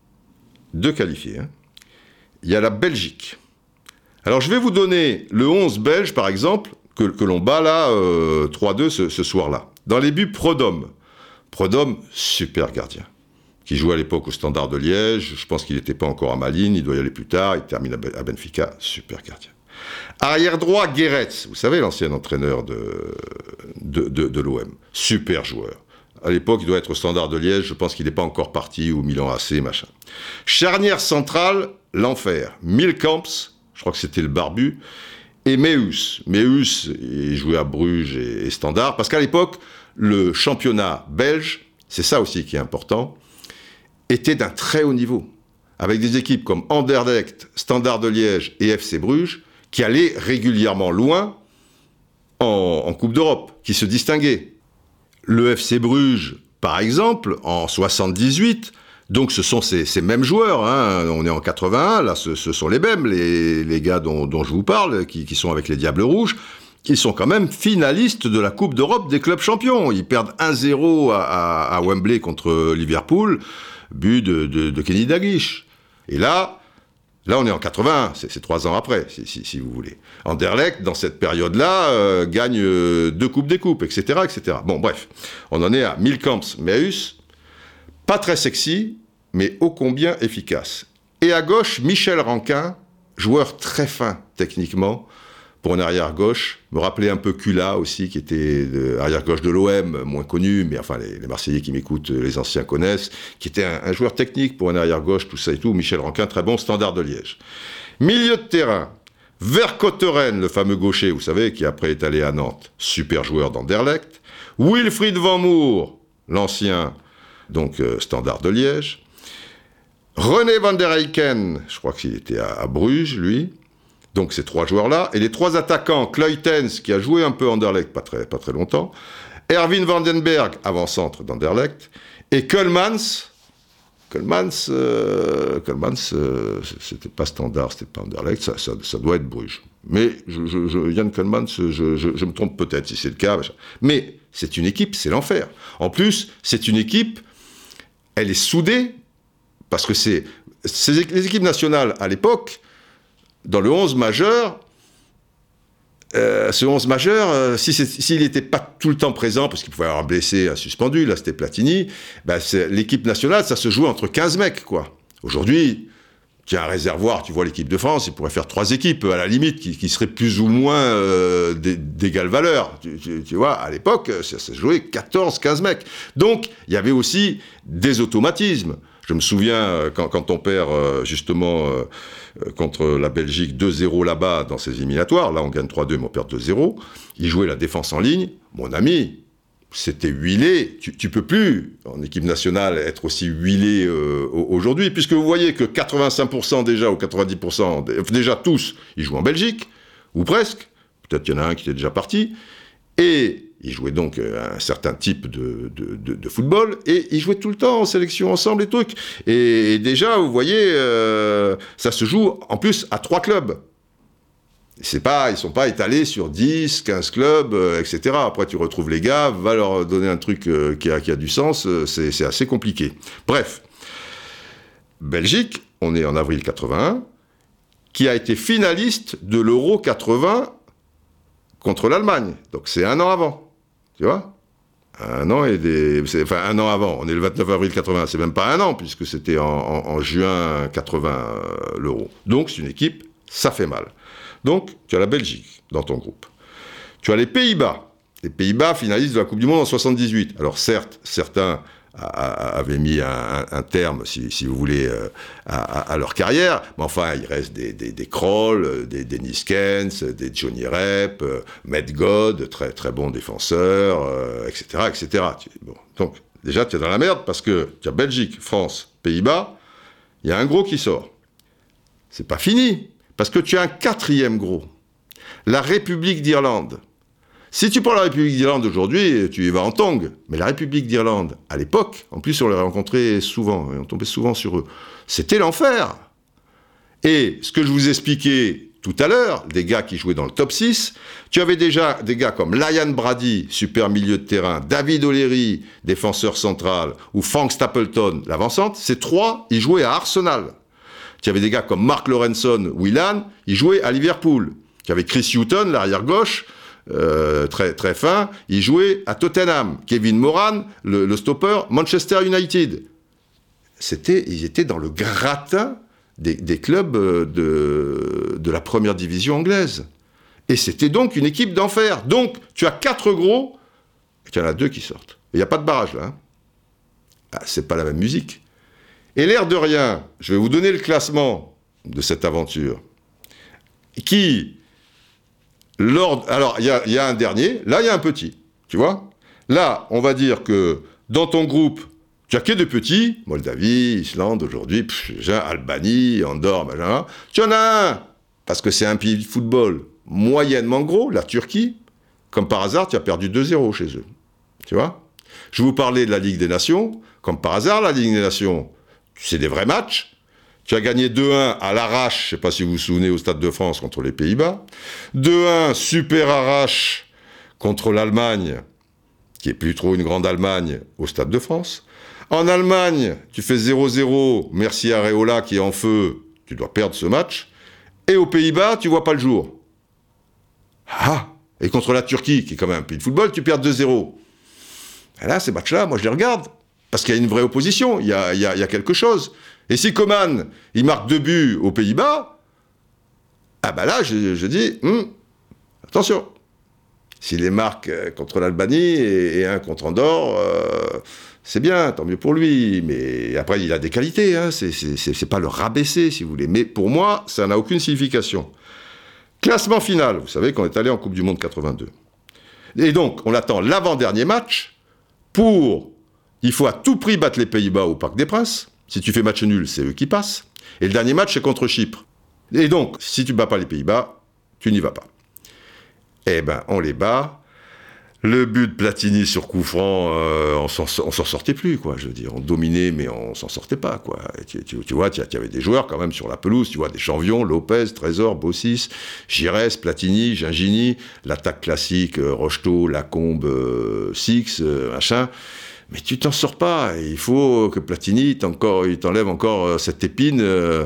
Speaker 2: de qualifiés. Il y a la Belgique. Alors je vais vous donner le 11 belge, par exemple, que l'on bat là, 3-2 ce soir-là. Dans les buts, Prodhomme. Prodhomme, super gardien, qui jouait à l'époque au Standard de Liège. Je pense qu'il n'était pas encore à Malines, il doit y aller plus tard, il termine à Benfica, super gardien. Arrière droit, Guéretz, vous savez, l'ancien entraîneur de l'OM. Super joueur. À l'époque, il doit être au Standard de Liège, je pense qu'il n'est pas encore parti, ou Milan AC, machin. Charnière centrale, l'enfer. Milkamps, je crois que c'était le barbu, et Meus. Meus, il jouait à Bruges et Standard, parce qu'à l'époque, le championnat belge, c'est ça aussi qui est important, était d'un très haut niveau, avec des équipes comme Anderlecht, Standard de Liège et FC Bruges, qui allaient régulièrement loin en Coupe d'Europe, qui se distinguaient. Le FC Bruges, par exemple, en 78, donc ce sont ces mêmes joueurs, on est en 81, là ce sont les mêmes, les gars dont je vous parle, qui sont avec les Diables Rouges, qui sont quand même finalistes de la Coupe d'Europe des clubs champions. Ils perdent 1-0 à Wembley contre Liverpool, but de Kenny Dalglish. Et là, on est en 81, c'est 3 ans après, si vous voulez. Anderlecht, dans cette période-là, gagne 2 Coupes des Coupes, etc., etc. Bon, bref, on en est à Milkamps, Meus, pas très sexy, mais ô combien efficace. Et à gauche, Michel Rankin, joueur très fin techniquement, pour un arrière-gauche, me rappelait un peu Kula aussi, qui était arrière-gauche de l'OM, moins connu, mais enfin les Marseillais qui m'écoutent, les anciens connaissent, qui était un joueur technique pour un arrière-gauche, tout ça et tout. Michel Rankin, très bon, Standard de Liège. Milieu de terrain, Vercotteren, le fameux gaucher, vous savez, qui après est allé à Nantes, super joueur d'Anderlecht. Wilfried Van Moer, l'ancien Standard de Liège. René van der Eycken, je crois qu'il était à Bruges, lui. Donc ces 3 joueurs-là. Et les 3 attaquants, Kluitens, qui a joué un peu Anderlecht, pas très longtemps. Erwin Vandenberg, avant-centre d'Anderlecht. Et Keulemans, c'était pas Standard, c'était pas Anderlecht, ça doit être Bruges. Mais Jan Keulemans, je me trompe peut-être si c'est le cas. Mais c'est une équipe, c'est l'enfer. En plus, c'est une équipe, elle est soudée, parce que les équipes nationales à l'époque, dans le 11 majeur, ce 11 majeur, s'il n'était pas tout le temps présent, parce qu'il pouvait avoir un blessé, un suspendu, là c'était Platini, l'équipe nationale, ça se jouait entre 15 mecs, quoi. Aujourd'hui, tu as un réservoir, tu vois l'équipe de France, il pourrait faire 3 équipes, à la limite, qui seraient plus ou moins d'égale valeur. Tu vois, à l'époque, ça se jouait 14, 15 mecs. Donc, il y avait aussi des automatismes. Je me souviens, quand on perd, justement, contre la Belgique 2-0 là-bas, dans ces éliminatoires, là on gagne 3-2, mais on perd 2-0, il jouait la défense en ligne, mon ami, c'était huilé, tu peux plus, en équipe nationale, être aussi huilé aujourd'hui, puisque vous voyez que 85% déjà, ou 90%, déjà tous, ils jouent en Belgique, ou presque, peut-être qu'il y en a un qui était déjà parti, et ils jouaient donc un certain type de football, et ils jouaient tout le temps en sélection ensemble, les trucs. Et déjà, vous voyez, ça se joue en plus à 3 clubs. Ils ne sont pas étalés sur 10, 15 clubs, etc. Après, tu retrouves les gars, va leur donner un truc qui a du sens, c'est assez compliqué. Bref, Belgique, on est en avril 81, qui a été finaliste de l'Euro 80 contre l'Allemagne. Donc c'est un an avant. Tu vois ? Un an avant. On est le 29 avril 80. C'est même pas un an, puisque c'était en juin 80, l'Euro. Donc c'est une équipe, ça fait mal. Donc tu as la Belgique dans ton groupe. Tu as les Pays-Bas. Les Pays-Bas finalistes de la Coupe du Monde en 78. Alors certes, certains avaient mis un terme, si vous voulez, à leur carrière, mais enfin, il reste des Kroll, des Niskens, des Johnny Rep, Matt God, très, très bons défenseurs, etc., etc. Bon, donc, déjà, tu es dans la merde, parce que tu as Belgique, France, Pays-Bas, il y a un gros qui sort. C'est pas fini, parce que tu as un 4e gros, la République d'Irlande. Si tu prends la République d'Irlande aujourd'hui, tu y vas en tongue. Mais la République d'Irlande, à l'époque, en plus on les rencontrait souvent, et on tombait souvent sur eux, c'était l'enfer. Et ce que je vous expliquais tout à l'heure, des gars qui jouaient dans le top 6, tu avais déjà des gars comme Lion Brady, super milieu de terrain, David O'Leary, défenseur central, ou Frank Stapleton, l'avancante, ces 3, ils jouaient à Arsenal. Tu avais des gars comme Mark Lawrenson, Whelan, ils jouaient à Liverpool. Tu avais Chris Hughton, l'arrière-gauche, très, très fin, il jouait à Tottenham. Kevin Moran, le stopper, Manchester United. Ils étaient dans le gratin des clubs de la première division anglaise. Et c'était donc une équipe d'enfer. Donc, tu as 4 gros, et tu en as 2 qui sortent. Il n'y a pas de barrage, là. Hein. Ah, c'est pas la même musique. Et l'air de rien, je vais vous donner le classement de cette aventure. Alors, il y a un dernier, là, il y a un petit, tu vois ? Là, on va dire que dans ton groupe, tu as que des petits, Moldavie, Islande, aujourd'hui, Albanie, Andorre, machin. Tu en as un, parce que c'est un pays de football moyennement gros, la Turquie. Comme par hasard, tu as perdu 2-0 chez eux, tu vois ? Je vous parlais de la Ligue des Nations. Comme par hasard, la Ligue des Nations, c'est des vrais matchs. Tu as gagné 2-1 à l'arrache, je ne sais pas si vous vous souvenez, au Stade de France contre les Pays-Bas. 2-1 super arrache contre l'Allemagne, qui n'est plus trop une grande Allemagne, au Stade de France. En Allemagne, tu fais 0-0, merci à Areola qui est en feu, tu dois perdre ce match. Et aux Pays-Bas, tu ne vois pas le jour. Ah ! Et contre la Turquie, qui est quand même un pays de football, tu perds 2-0. Et là, ces matchs-là, moi je les regarde. Parce qu'il y a une vraie opposition, il y a quelque chose. Et si Coman, il marque 2 buts aux Pays-Bas, ah ben là, je dis, attention. S'il les marque contre l'Albanie et un contre Andorre, c'est bien, tant mieux pour lui. Mais après, il a des qualités, hein, c'est pas le rabaisser, si vous voulez. Mais pour moi, ça n'a aucune signification. Classement final, vous savez qu'on est allé en Coupe du Monde 82. Et donc, on attend l'avant-dernier match il faut à tout prix battre les Pays-Bas au Parc des Princes. Si tu fais match nul, c'est eux qui passent. Et le dernier match, c'est contre Chypre. Et donc, si tu ne bats pas les Pays-Bas, tu n'y vas pas. Eh ben, on les bat. Le but de Platini sur coup franc, on s'en sortait plus, quoi. Je veux dire, on dominait, mais on s'en sortait pas, quoi. Et tu vois, il y avait des joueurs quand même sur la pelouse, tu vois, des champions, Lopez, Trésor, Bossis, Giresse, Platini, Gingini, l'attaque classique, Rocheteau, Lacombe, Six, machin. Mais tu t'en sors pas. Il faut que Platini il t'enlève encore cette épine.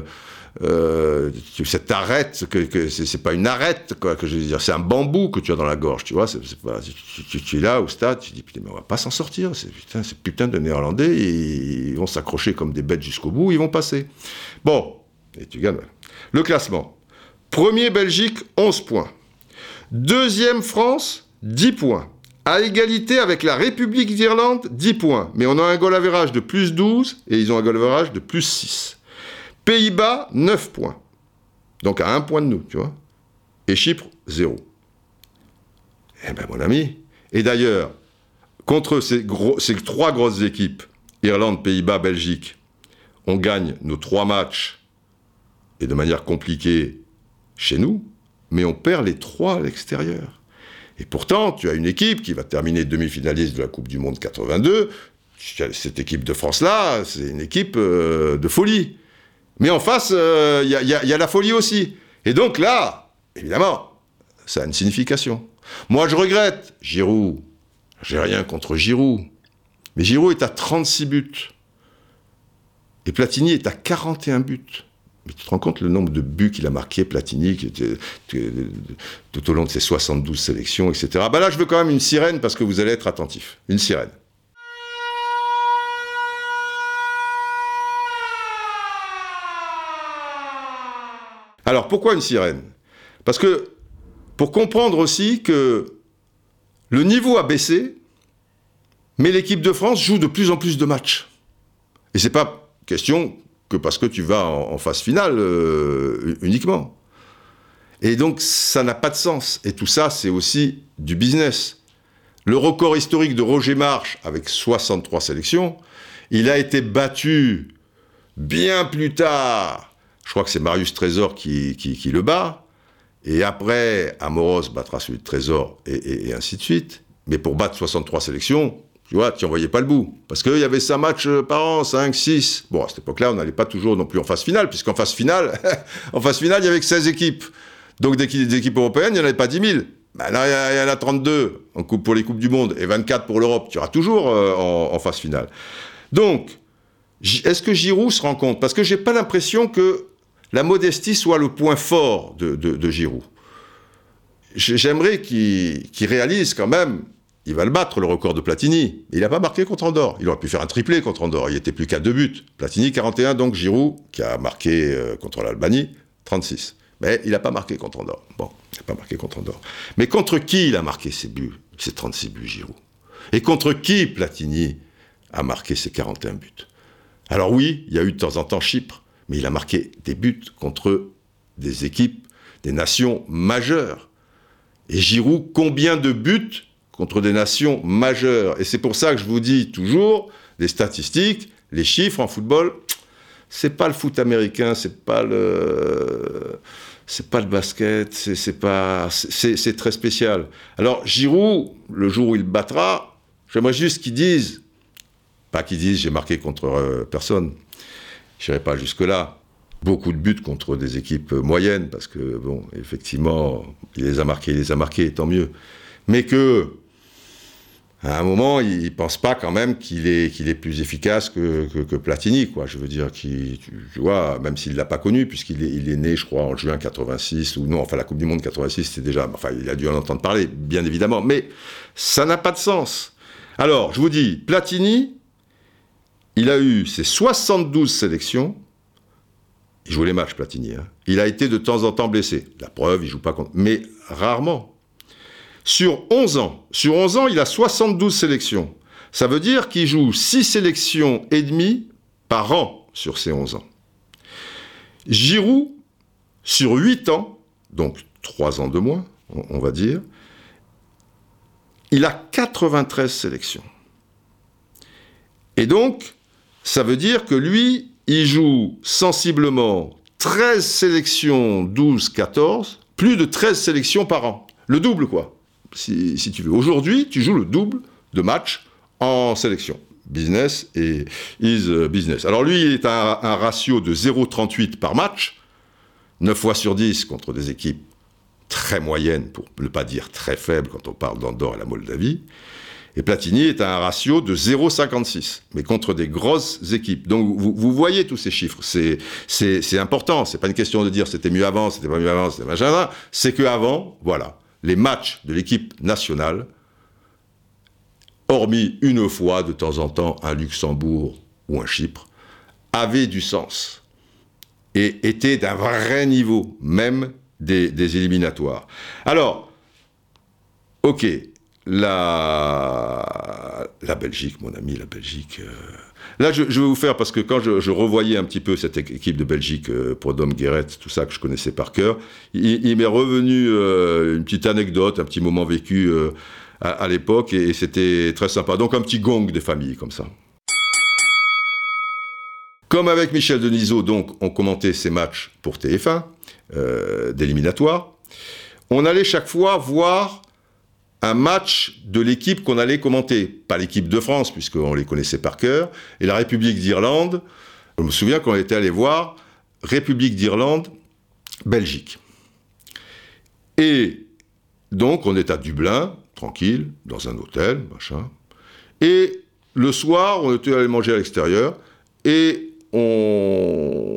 Speaker 2: Cette arête, c'est pas une arête, quoi, que je veux dire, c'est un bambou que tu as dans la gorge, tu vois, c'est pas, tu es là au stade, tu dis, putain, mais on va pas s'en sortir, ces putain de Néerlandais, ils vont s'accrocher comme des bêtes jusqu'au bout, ils vont passer. Bon, et tu gagnes. Le classement. Premier Belgique, 11 points. Deuxième France, 10 points. À égalité avec la République d'Irlande, 10 points. Mais on a un goal average de plus 12 et ils ont un goal average de plus 6. Pays-Bas, 9 points. Donc à 1 point de nous, tu vois. Et Chypre, 0. Eh ben mon ami. Et d'ailleurs, contre ces 3 grosses équipes, Irlande, Pays-Bas, Belgique, on gagne nos 3 matchs, et de manière compliquée, chez nous, mais on perd les 3 à l'extérieur. Et pourtant, tu as une équipe qui va terminer demi-finaliste de la Coupe du Monde 82. Cette équipe de France-là, c'est une équipe de folie. Mais en face, il y a la folie aussi. Et donc là, évidemment, ça a une signification. Moi, je regrette Giroud. J'ai rien contre Giroud. Mais Giroud est à 36 buts. Et Platini est à 41 buts. Mais tu te rends compte le nombre de buts qu'il a marqué, Platini, tout au long de ses 72 sélections, etc. Ben là, je veux quand même une sirène parce que vous allez être attentifs. Une sirène. Alors, pourquoi une sirène ? Parce que, pour comprendre aussi que le niveau a baissé, mais l'équipe de France joue de plus en plus de matchs. Et c'est pas question que parce que tu vas en phase finale uniquement. Et donc, ça n'a pas de sens. Et tout ça, c'est aussi du business. Le record historique de Roger March, avec 63 sélections, il a été battu bien plus tard. Je crois que c'est Marius Trésor qui le bat. Et après, Amoros battra celui de Trésor, et ainsi de suite. Mais pour battre 63 sélections, tu vois, tu n'en voyais pas le bout. Parce qu'il y avait 5 matchs par an, 5, 6. Bon, à cette époque-là, on n'allait pas toujours non plus en phase finale, puisqu'en phase finale, il y avait que 16 équipes. Donc des équipes européennes, il n'y en avait pas 10 000. Ben là, il y en a 32 pour les Coupes du Monde, et 24 pour l'Europe. Tu auras toujours en phase finale. Donc, est-ce que Giroud se rend compte ? Parce que je n'ai pas l'impression que la modestie soit le point fort de Giroud. J'aimerais qu'il réalise quand même, il va le battre, le record de Platini. Il n'a pas marqué contre Andorre. Il aurait pu faire un triplé contre Andorre. Il n'était plus qu'à 2 buts. Platini, 41, donc Giroud, qui a marqué contre l'Albanie, 36. Mais il n'a pas marqué contre Andorre. Bon, il n'a pas marqué contre Andorre. Mais contre qui il a marqué ses buts, ses 36 buts, Giroud ? Et contre qui Platini a marqué ses 41 buts ? Alors oui, il y a eu de temps en temps Chypre, mais il a marqué des buts contre des équipes, des nations majeures. Et Giroud, combien de buts contre des nations majeures ? Et c'est pour ça que je vous dis toujours, les statistiques, les chiffres en football, c'est pas le foot américain, c'est pas le basket, c'est très spécial. Alors Giroud, le jour où il battra, j'aimerais juste qu'il dise, pas qu'il dise j'ai marqué contre personne, je n'irai pas jusque-là. Beaucoup de buts contre des équipes moyennes, parce que, bon, effectivement, il les a marqués, tant mieux. Mais que, à un moment, il ne pense pas quand même qu'il est plus efficace que Platini, quoi. Je veux dire, tu vois, même s'il ne l'a pas connu, puisqu'il est né, je crois, en juin 86, ou non, enfin, la Coupe du Monde 86, c'était déjà, enfin, il a dû en entendre parler, bien évidemment, mais ça n'a pas de sens. Alors, je vous dis, Platini, il a eu ses 72 sélections. Il joue les matchs, Platini. Hein. Il a été de temps en temps blessé. La preuve, il ne joue pas contre... Mais rarement. Sur 11 ans, il a 72 sélections. Ça veut dire qu'il joue 6 sélections et demie par an sur ces 11 ans. Giroud, sur 8 ans, donc 3 ans de moins, on va dire. Il a 93 sélections. Et donc, ça veut dire que lui, il joue sensiblement 13 sélections, 12, 14, plus de 13 sélections par an. Le double, quoi, si tu veux. Aujourd'hui, tu joues le double de matchs en sélection. Business et is business. Alors lui, il est à un ratio de 0,38 par match, 9 fois sur 10 contre des équipes très moyennes, pour ne pas dire très faibles quand on parle d'Andorre et la Moldavie. Et Platini est à un ratio de 0,56, mais contre des grosses équipes. Donc vous voyez tous ces chiffres, c'est important, c'est pas une question de dire c'était mieux avant, c'était pas mieux avant, c'était machin, c'est qu'avant, voilà, les matchs de l'équipe nationale, hormis une fois de temps en temps un Luxembourg ou un Chypre, avaient du sens et étaient d'un vrai niveau, même des éliminatoires. Alors, ok, la Belgique, mon ami, la Belgique... Là, je vais vous faire, parce que quand je revoyais un petit peu cette équipe de Belgique, pour Dom Guéret, tout ça que je connaissais par cœur, il m'est revenu une petite anecdote, un petit moment vécu à l'époque, et c'était très sympa. Donc un petit gong des familles, comme ça. Comme avec Michel Denisot, donc, on commentait ces matchs pour TF1, d'éliminatoires, on allait chaque fois voir un match de l'équipe qu'on allait commenter. Pas l'équipe de France, puisqu'on les connaissait par cœur, et la République d'Irlande. Je me souviens qu'on était allé voir République d'Irlande, Belgique. Et donc, on est à Dublin, tranquille, dans un hôtel, machin. Et le soir, on était allé manger à l'extérieur, et on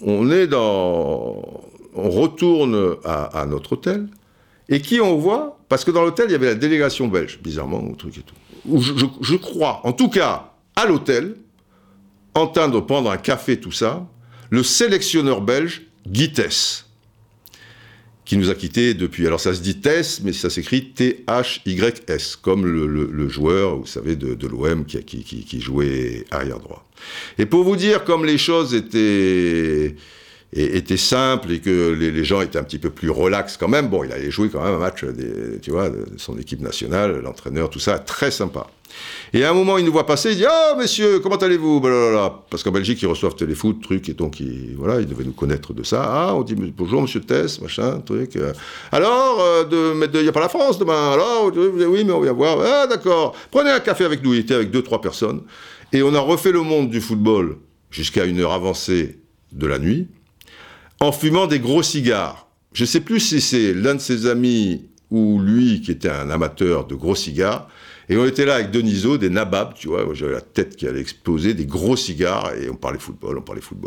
Speaker 2: retourne à notre hôtel, et qui on voit? Parce que dans l'hôtel, il y avait la délégation belge, bizarrement, ou truc et tout. Où je crois, en tout cas, à l'hôtel, en train de prendre un café, tout ça, le sélectionneur belge, Guy Thys, qui nous a quittés depuis. Alors ça se dit Thys, mais ça s'écrit T-H-Y-S, comme le joueur, vous savez, de l'OM qui jouait arrière droit. Et pour vous dire, comme les choses étaient simple et que les gens étaient un petit peu plus relax quand même. Bon, il allait jouer quand même un match de son équipe nationale, l'entraîneur, tout ça, très sympa. Et à un moment, il nous voit passer, il dit « Oh, messieurs, comment allez-vous ?» Parce qu'en Belgique, ils reçoivent Téléfoot, truc, et donc, ils devaient nous connaître de ça. Ah, on dit « Bonjour, monsieur Thys, machin, truc. Alors, il n'y a pas la France demain. Alors, oui, mais on vient voir. Ah, d'accord. Prenez un café avec nous. » Il était avec 2-3 personnes. Et on a refait le monde du football jusqu'à une heure avancée de la nuit, en fumant des gros cigares. Je ne sais plus si c'est l'un de ses amis ou lui qui était un amateur de gros cigares. Et on était là avec Denisot, des nababs, tu vois, j'avais la tête qui allait exploser, des gros cigares, et on parlait football.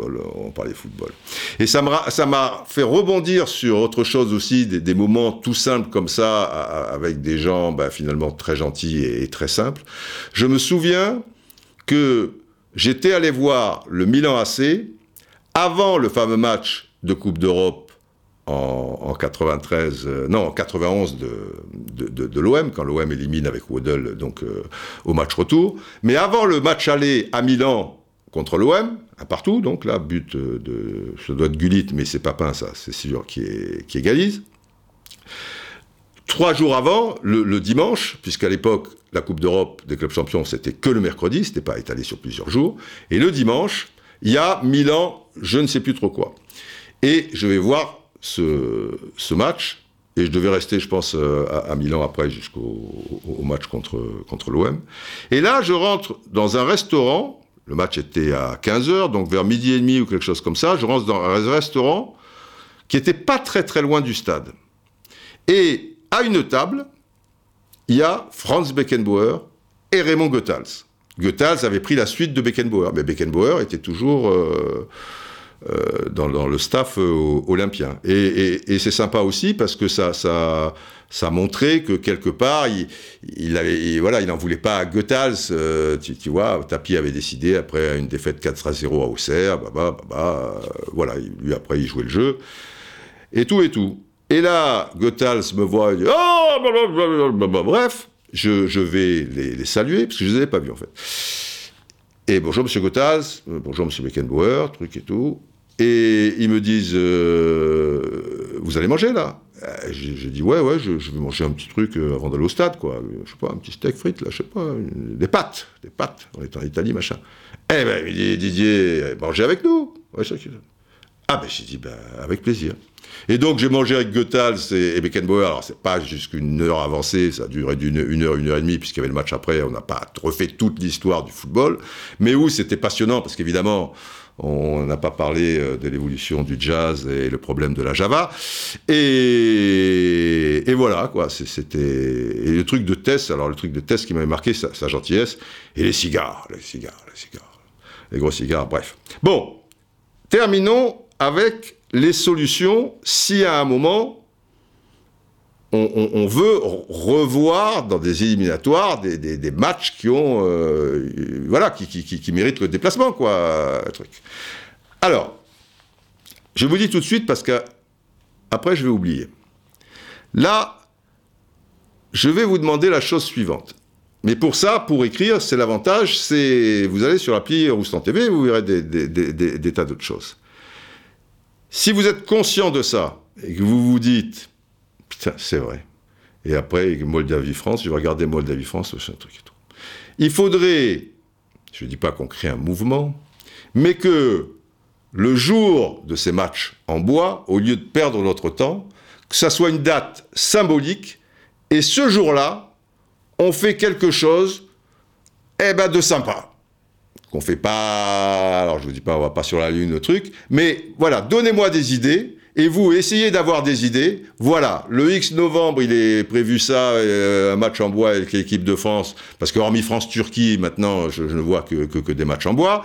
Speaker 2: Et ça m'a fait rebondir sur autre chose aussi, des moments tout simples comme ça, avec des gens finalement très gentils et très simples. Je me souviens que j'étais allé voir le Milan AC avant le fameux match de Coupe d'Europe en 91 de l'OM, quand l'OM élimine avec Waddle au match retour. Mais avant le match aller à Milan contre l'OM, un partout, donc là, but ça doit être Gullit, mais c'est Papin, ça, c'est sûr, qui égalise. 3 jours avant, le dimanche, puisqu'à l'époque, la Coupe d'Europe des clubs champions, c'était que le mercredi, c'était pas étalé sur plusieurs jours, et le dimanche, il y a Milan, je ne sais plus trop quoi. Et je vais voir ce match, et je devais rester, je pense, à Milan après, jusqu'au match contre l'OM. Et là, je rentre dans un restaurant, le match était à 15h, donc vers 12h30 ou quelque chose comme ça, je rentre dans un restaurant qui n'était pas très très loin du stade. Et à une table, il y a Franz Beckenbauer et Raymond Goethals. Goethals avait pris la suite de Beckenbauer, mais Beckenbauer était toujours dans le staff olympien. Et c'est sympa aussi parce que ça montrait que quelque part, il n'en voulait pas à Goethals. Tu vois, Tapi avait décidé, après une défaite 4-0 à Auxerre, voilà, lui après il jouait le jeu, et tout. Et là, Goethals me voit, il dit « Oh, blablabla. Bref, je vais les saluer, parce que je ne les avais pas vus, en fait. Et bonjour, monsieur Goethals, bonjour, monsieur Beckenbauer, truc et tout. Et ils me disent « Vous allez manger, là ?» J'ai dit, ouais, je vais manger un petit truc avant d'aller au stade, quoi. Je sais pas, un petit steak frites, là, je sais pas, des pâtes. On est en Italie, machin. Eh ben, il dit, Didier, mangez avec nous. Ouais, ça, ah ben, j'ai dit, avec plaisir. Et donc, j'ai mangé avec Goethals et Beckenbauer. Alors, c'est pas jusqu'une heure avancée, ça a duré une heure et demie, puisqu'il y avait le match après. On n'a pas refait toute l'histoire du football. Mais où c'était passionnant, parce qu'évidemment, on n'a pas parlé de l'évolution du jazz et le problème de la Java. Et voilà, quoi. C'était... Et le truc de Tess, alors le truc de Tess qui m'avait marqué, sa gentillesse, et les cigares. Les gros cigares, bref. Bon, terminons avec les solutions si à un moment on veut revoir dans des éliminatoires des matchs qui ont qui méritent le déplacement, quoi, truc. Alors, je vous dis tout de suite parce que après je vais oublier. Là, je vais vous demander la chose suivante. Mais pour ça, pour écrire, c'est l'avantage, c'est vous allez sur l'appli Roustan TV, vous verrez des tas d'autres choses. Si vous êtes conscient de ça, et que vous vous dites, putain, c'est vrai, et après, Moldavie-France, je vais regarder Moldavie-France, c'est un truc et tout. Il faudrait, je ne dis pas qu'on crée un mouvement, mais que le jour de ces matchs en bois, au lieu de perdre notre temps, que ça soit une date symbolique, et ce jour-là, on fait quelque chose, de sympa. Qu'on fait pas, alors je vous dis pas, on va pas sur la lune, le truc, mais voilà, donnez-moi des idées, et vous, essayez d'avoir des idées. Voilà, le X novembre, il est prévu ça, un match en bois avec l'équipe de France, parce que hormis France-Turquie, maintenant, je ne vois que des matchs en bois,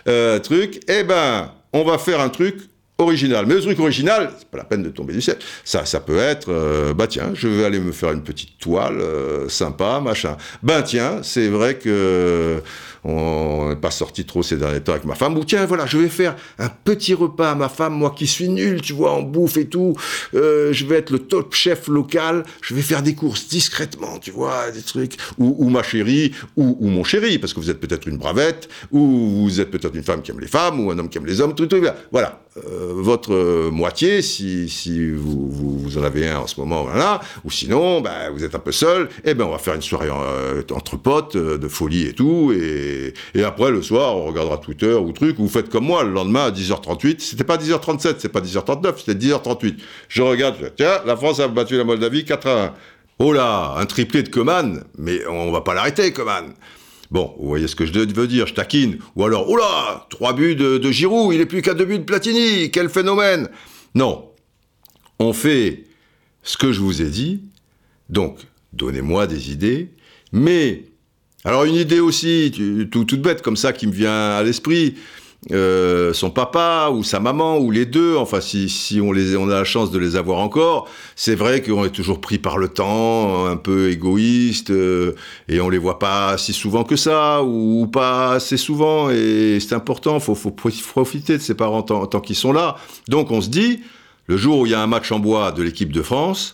Speaker 2: on va faire un truc original. Mais le truc original, c'est pas la peine de tomber du ciel. Ça peut être, tiens, je vais aller me faire une petite toile sympa, machin. Tiens, c'est vrai que on n'est pas sorti trop ces derniers temps avec ma femme. Ou tiens, voilà, je vais faire un petit repas à ma femme, moi qui suis nul, tu vois, en bouffe et tout. Je vais être le top chef local. Je vais faire des courses discrètement, tu vois, des trucs. Ou ma chérie, ou mon chéri, parce que vous êtes peut-être une bravette, ou vous êtes peut-être une femme qui aime les femmes, ou un homme qui aime les hommes, tout. Voilà. Votre moitié, si vous en avez un en ce moment, voilà, ou sinon, vous êtes un peu seul, on va faire une soirée entre potes, de folie et tout, et après, le soir, on regardera Twitter ou truc, ou vous faites comme moi, le lendemain à 10h38, c'était pas 10h37, c'est pas 10h39, c'était 10h38. Je regarde, tiens, la France a battu la Moldavie 4-1. Oh là, un triplé de Coman, mais on va pas l'arrêter, Coman. Bon, vous voyez ce que je veux dire, je taquine. Ou alors, oh là, 3 buts de Giroud, il est plus qu'à 2 buts de Platini, quel phénomène. Non, on fait ce que je vous ai dit, donc donnez-moi des idées, mais, alors une idée aussi, toute bête comme ça qui me vient à l'esprit, son papa ou sa maman ou les deux, enfin si on a la chance de les avoir encore, c'est vrai qu'on est toujours pris par le temps, un peu égoïste, et on les voit pas si souvent que ça, ou pas assez souvent, et c'est important, faut profiter de ses parents tant qu'ils sont là. Donc on se dit, le jour où il y a un match en bois de l'équipe de France,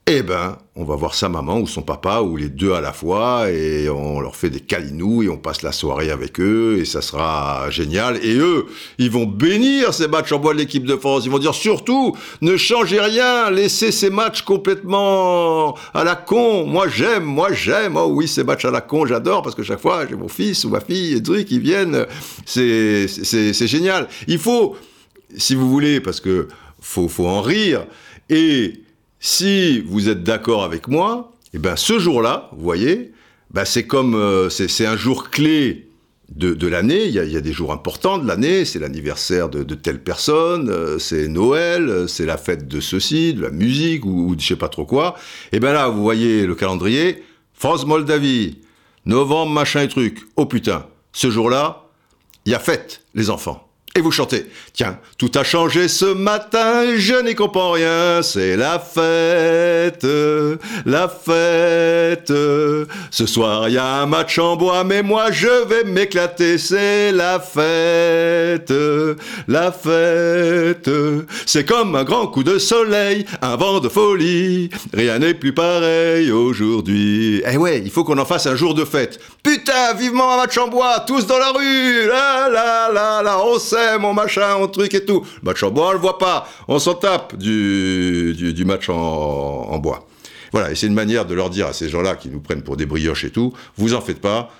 Speaker 2: on va voir sa maman ou son papa, ou les deux à la fois, et on leur fait des câlinous, et on passe la soirée avec eux, et ça sera génial. Et eux, ils vont bénir ces matchs en bois de l'équipe de France. Ils vont dire, surtout, ne changez rien, laissez ces matchs complètement à la con. Moi, j'aime. Oh oui, ces matchs à la con, j'adore, parce que chaque fois, j'ai mon fils ou ma fille, et trucs, ils viennent. C'est génial. Il faut, si vous voulez, parce que faut en rire, et si vous êtes d'accord avec moi, ce jour-là, vous voyez, c'est comme c'est un jour clé de l'année. Il y a des jours importants de l'année. C'est l'anniversaire de telle personne, c'est Noël, c'est la fête de ceci, de la musique ou je sais pas trop quoi. Là, vous voyez le calendrier. France-Moldavie, novembre, machin et truc. Oh putain, ce jour-là, il y a fête, les enfants. Et vous chantez, tiens, tout a changé ce matin, je n'y comprends rien, c'est la fête, la fête. Ce soir, il y a un match en bois, mais moi, je vais m'éclater, c'est la fête, la fête. C'est comme un grand coup de soleil, un vent de folie, rien n'est plus pareil aujourd'hui. Eh ouais, il faut qu'on en fasse un jour de fête. Putain, vivement un match en bois, tous dans la rue, là, on sait. ouais, mon machin, mon truc et tout. Le match en bois, on le voit pas. On s'en tape du match en bois. Voilà, et c'est une manière de leur dire à ces gens-là qui nous prennent pour des brioches et tout, vous en faites pas,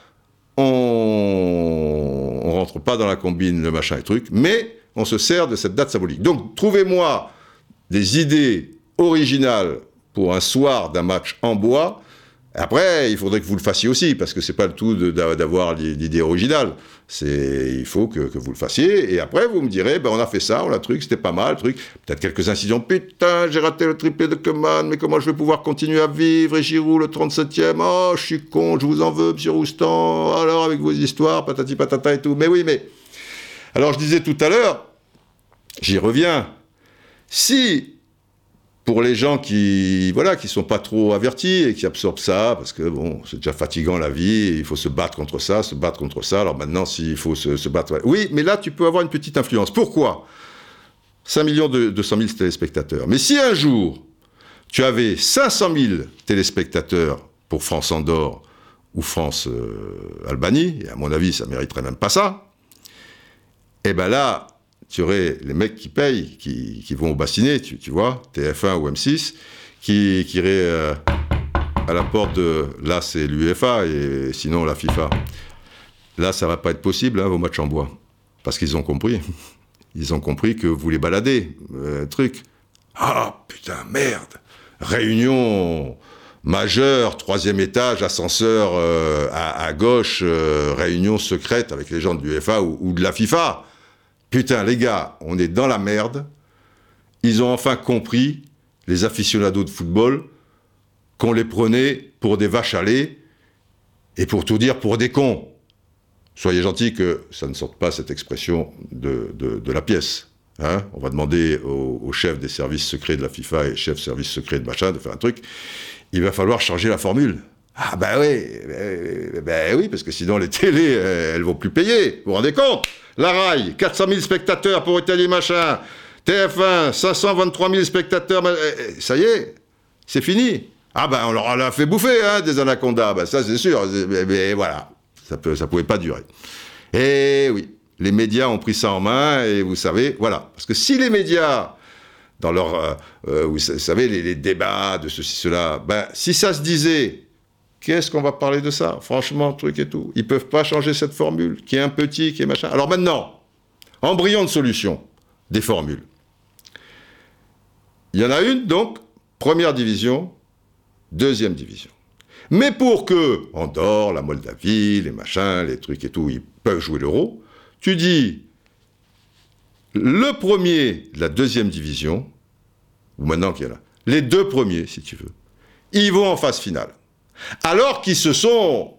Speaker 2: on rentre pas dans la combine, le machin et truc, mais on se sert de cette date symbolique. Donc, trouvez-moi des idées originales pour un soir d'un match en bois. Après, il faudrait que vous le fassiez aussi, parce que c'est pas le tout d'avoir l'idée originale. Il faut que vous le fassiez, et après, vous me direz, on a fait ça, on a truc, c'était pas mal, truc. Peut-être quelques incidents, putain, j'ai raté le triplé de Koeman, mais comment je vais pouvoir continuer à vivre, et Giroud, le 37e, oh, je suis con, je vous en veux, monsieur Roustan, alors avec vos histoires, patati patata et tout. Mais oui, mais... Alors, je disais tout à l'heure, j'y reviens, si... Pour les gens qui sont pas trop avertis et qui absorbent ça, parce que bon, c'est déjà fatigant la vie, il faut se battre contre ça, alors maintenant s'il faut se battre... Ouais. Oui, mais là tu peux avoir une petite influence. Pourquoi ? 5 200 000 téléspectateurs. Mais si un jour, tu avais 500 000 téléspectateurs pour France-Andorre ou France-Albanie, et à mon avis ça mériterait même pas ça, et ben là... tu aurais les mecs qui payent, qui vont au bassinet, tu vois, TF1 ou M6, qui iraient à la porte de... Là, c'est l'UEFA, et sinon la FIFA. Là, ça va pas être possible, vos matchs en bois. Parce qu'ils ont compris. Ils ont compris que vous les baladez, truc. Ah, putain, merde. Réunion majeure, 3e étage, ascenseur à gauche, réunion secrète avec les gens de l'UEFA ou de la FIFA. Putain, les gars, on est dans la merde. Ils ont enfin compris, les aficionados de football, qu'on les prenait pour des vaches à lait et pour tout dire, pour des cons. Soyez gentils que ça ne sorte pas cette expression de la pièce. Hein, on va demander au chef des services secrets de la FIFA et chef service secret de machin de faire un truc. Il va falloir changer la formule. Ah oui, parce que sinon les télés, elles vont plus payer. Vous vous rendez compte ? La RAI, 400 000 spectateurs pour Italie machin. TF1, 523 000 spectateurs. Ça y est, c'est fini. Ah on leur a fait bouffer des anacondas. Ça c'est sûr. Mais voilà, ça pouvait pas durer. Et oui, les médias ont pris ça en main et vous savez, voilà. Parce que si les médias, dans leur, vous savez, les débats de ceci, cela, si ça se disait... Qu'est-ce qu'on va parler de ça ? Franchement, truc et tout. Ils peuvent pas changer cette formule, qui est un petit, qui est machin. Alors maintenant, embryon de solution, des formules. Il y en a une, donc, 1re division, 2e division. Mais pour que Andorre, la Moldavie, les machins, les trucs et tout, ils peuvent jouer l'euro, tu dis, le premier de la 2e division, ou maintenant qu'il y en a, les 2 premiers, si tu veux, ils vont en phase finale. Alors qu'ils se sont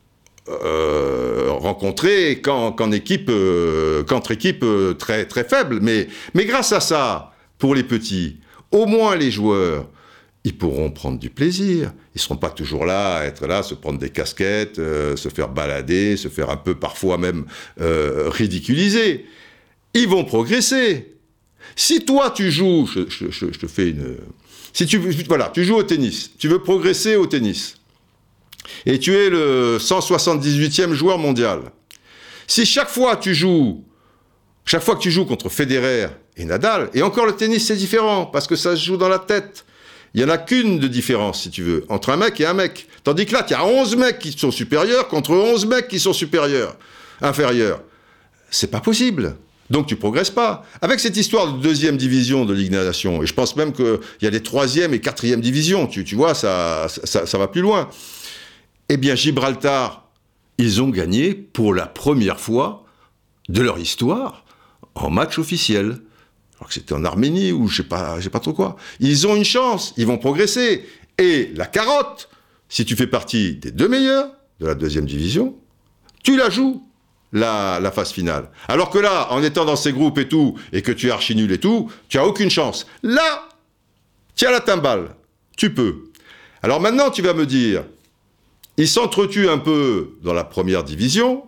Speaker 2: rencontrés qu'entre équipes très, très faibles. Mais grâce à ça, pour les petits, au moins les joueurs, ils pourront prendre du plaisir. Ils ne seront pas toujours là, être là, se prendre des casquettes, se faire balader, se faire un peu parfois même ridiculiser. Ils vont progresser. Si toi tu joues, je te fais une... Si tu joues au tennis, tu veux progresser au tennis. Et tu es le 178e joueur mondial. Si chaque fois que tu joues contre Federer et Nadal, et encore le tennis c'est différent, parce que ça se joue dans la tête, il n'y en a qu'une de différence, si tu veux, entre un mec et un mec. Tandis que là, il y a 11 mecs qui sont supérieurs contre 11 mecs qui sont inférieurs. C'est pas possible. Donc tu progresses pas. Avec cette histoire de 2e division de Ligue des Nations, et je pense même qu'il y a des 3e et 4e divisions, tu vois, ça va plus loin. Eh bien, Gibraltar, ils ont gagné pour la première fois de leur histoire en match officiel. Alors que c'était en Arménie ou je sais pas trop quoi. Ils ont une chance, ils vont progresser. Et la carotte, si tu fais partie des 2 meilleurs de la 2e division, tu la joues, la phase finale. Alors que là, en étant dans ces groupes et tout, et que tu es archi nul et tout, tu as aucune chance. Là, tu as la timbale. Tu peux. Alors maintenant, tu vas me dire... Ils s'entretuent un peu dans la 1re division,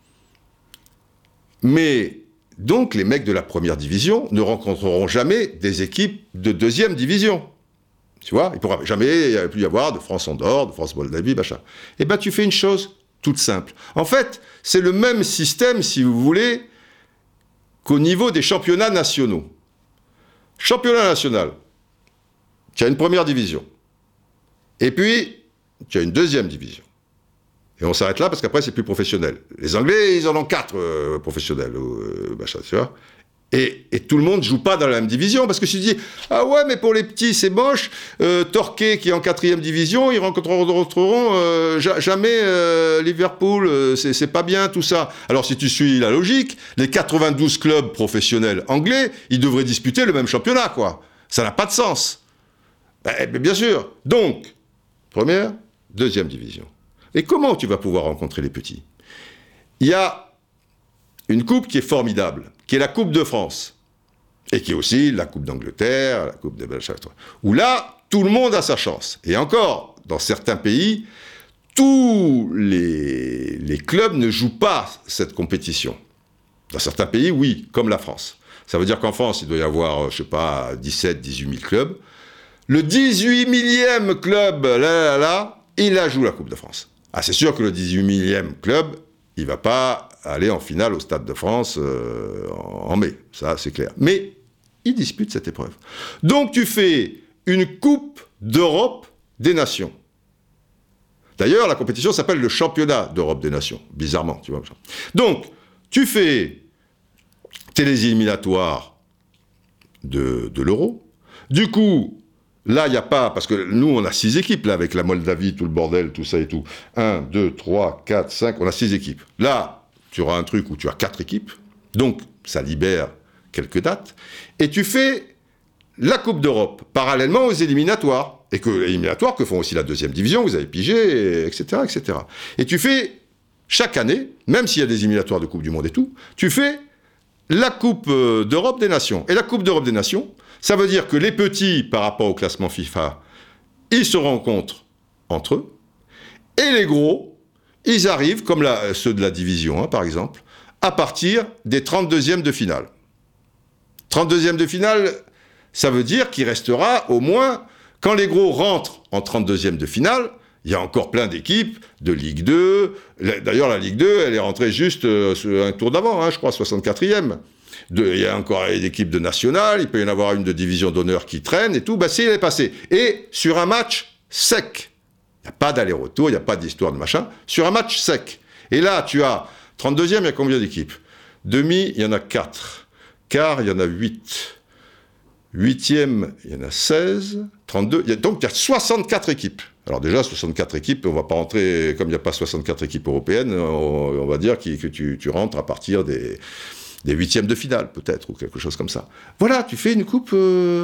Speaker 2: mais donc les mecs de la 1re division ne rencontreront jamais des équipes de 2e division. Tu vois, il ne pourra jamais plus y avoir de France-Andorre, de France-Moldavie, machin. Eh bien, tu fais une chose toute simple. En fait, c'est le même système, si vous voulez, qu'au niveau des championnats nationaux. Championnat national, tu as une première division. Et puis, tu as une deuxième division. Et on s'arrête là parce qu'après, c'est plus professionnel. Les Anglais, ils en ont 4 professionnels. Tu vois. Et tout le monde ne joue pas dans la même division, parce que si tu dis « Ah ouais, mais pour les petits, c'est moche, Torquay, qui est en 4e division, ils rencontreront jamais Liverpool, c'est pas bien, tout ça. » Alors, si tu suis la logique, les 92 clubs professionnels anglais, ils devraient disputer le même championnat, quoi. Ça n'a pas de sens. Bien sûr. Donc, première, deuxième division. Et comment tu vas pouvoir rencontrer les petits ? Il y a une coupe qui est formidable, qui est la Coupe de France, et qui est aussi la Coupe d'Angleterre, la Coupe de Belgique, où là, tout le monde a sa chance. Et encore, dans certains pays, tous les clubs ne jouent pas cette compétition. Dans certains pays, oui, comme la France. Ça veut dire qu'en France, il doit y avoir, 17, 18 000 clubs. Le 18 millième club, il a joué la Coupe de France. Ah, c'est sûr que le 18 millième club, il ne va pas aller en finale au Stade de France en mai, ça c'est clair. Mais il dispute cette épreuve. Donc tu fais une Coupe d'Europe des Nations. D'ailleurs, la compétition s'appelle le Championnat d'Europe des Nations, bizarrement, tu vois. Donc, tu fais tes éliminatoires de l'Euro. Du coup, là, il n'y a pas, parce que nous, on a 6 équipes, là, avec la Moldavie, tout le bordel, tout ça et tout. 1, 2, 3, 4, 5, on a 6 équipes. Là, tu auras un truc où tu as 4 équipes, donc ça libère quelques dates, et tu fais la Coupe d'Europe, parallèlement aux éliminatoires, et que les éliminatoires que font aussi la deuxième division, vous avez pigé, etc., etc. Et tu fais, chaque année, même s'il y a des éliminatoires de Coupe du Monde et tout, tu fais la Coupe d'Europe des Nations. Et la Coupe d'Europe des Nations, ça veut dire que les petits, par rapport au classement FIFA, ils se rencontrent entre eux, et les gros, ils arrivent, comme ceux de la division 1 par exemple, à partir des 32e de finale. 32e de finale, ça veut dire qu'il restera au moins, quand les gros rentrent en 32e de finale, il y a encore plein d'équipes de Ligue 2. D'ailleurs, la Ligue 2, elle est rentrée juste un tour d'avant, je crois, 64e. Il y a encore des équipes de nationale, il peut y en avoir une de division d'honneur qui traîne et tout. C'est, il est passé. Et sur un match sec, il n'y a pas d'aller-retour, il n'y a pas d'histoire de machin. Sur un match sec. Et là, tu as 32e, il y a combien d'équipes ? Demi, il y en a 4. Quart, il y en a 8. 8e, il y en a 16. 32. Donc, il y a 64 équipes. Alors déjà, 64 équipes, on ne va pas rentrer, comme il n'y a pas 64 équipes européennes, on va dire que tu rentres à partir des 8e de finale, peut-être, ou quelque chose comme ça. Voilà, tu fais une coupe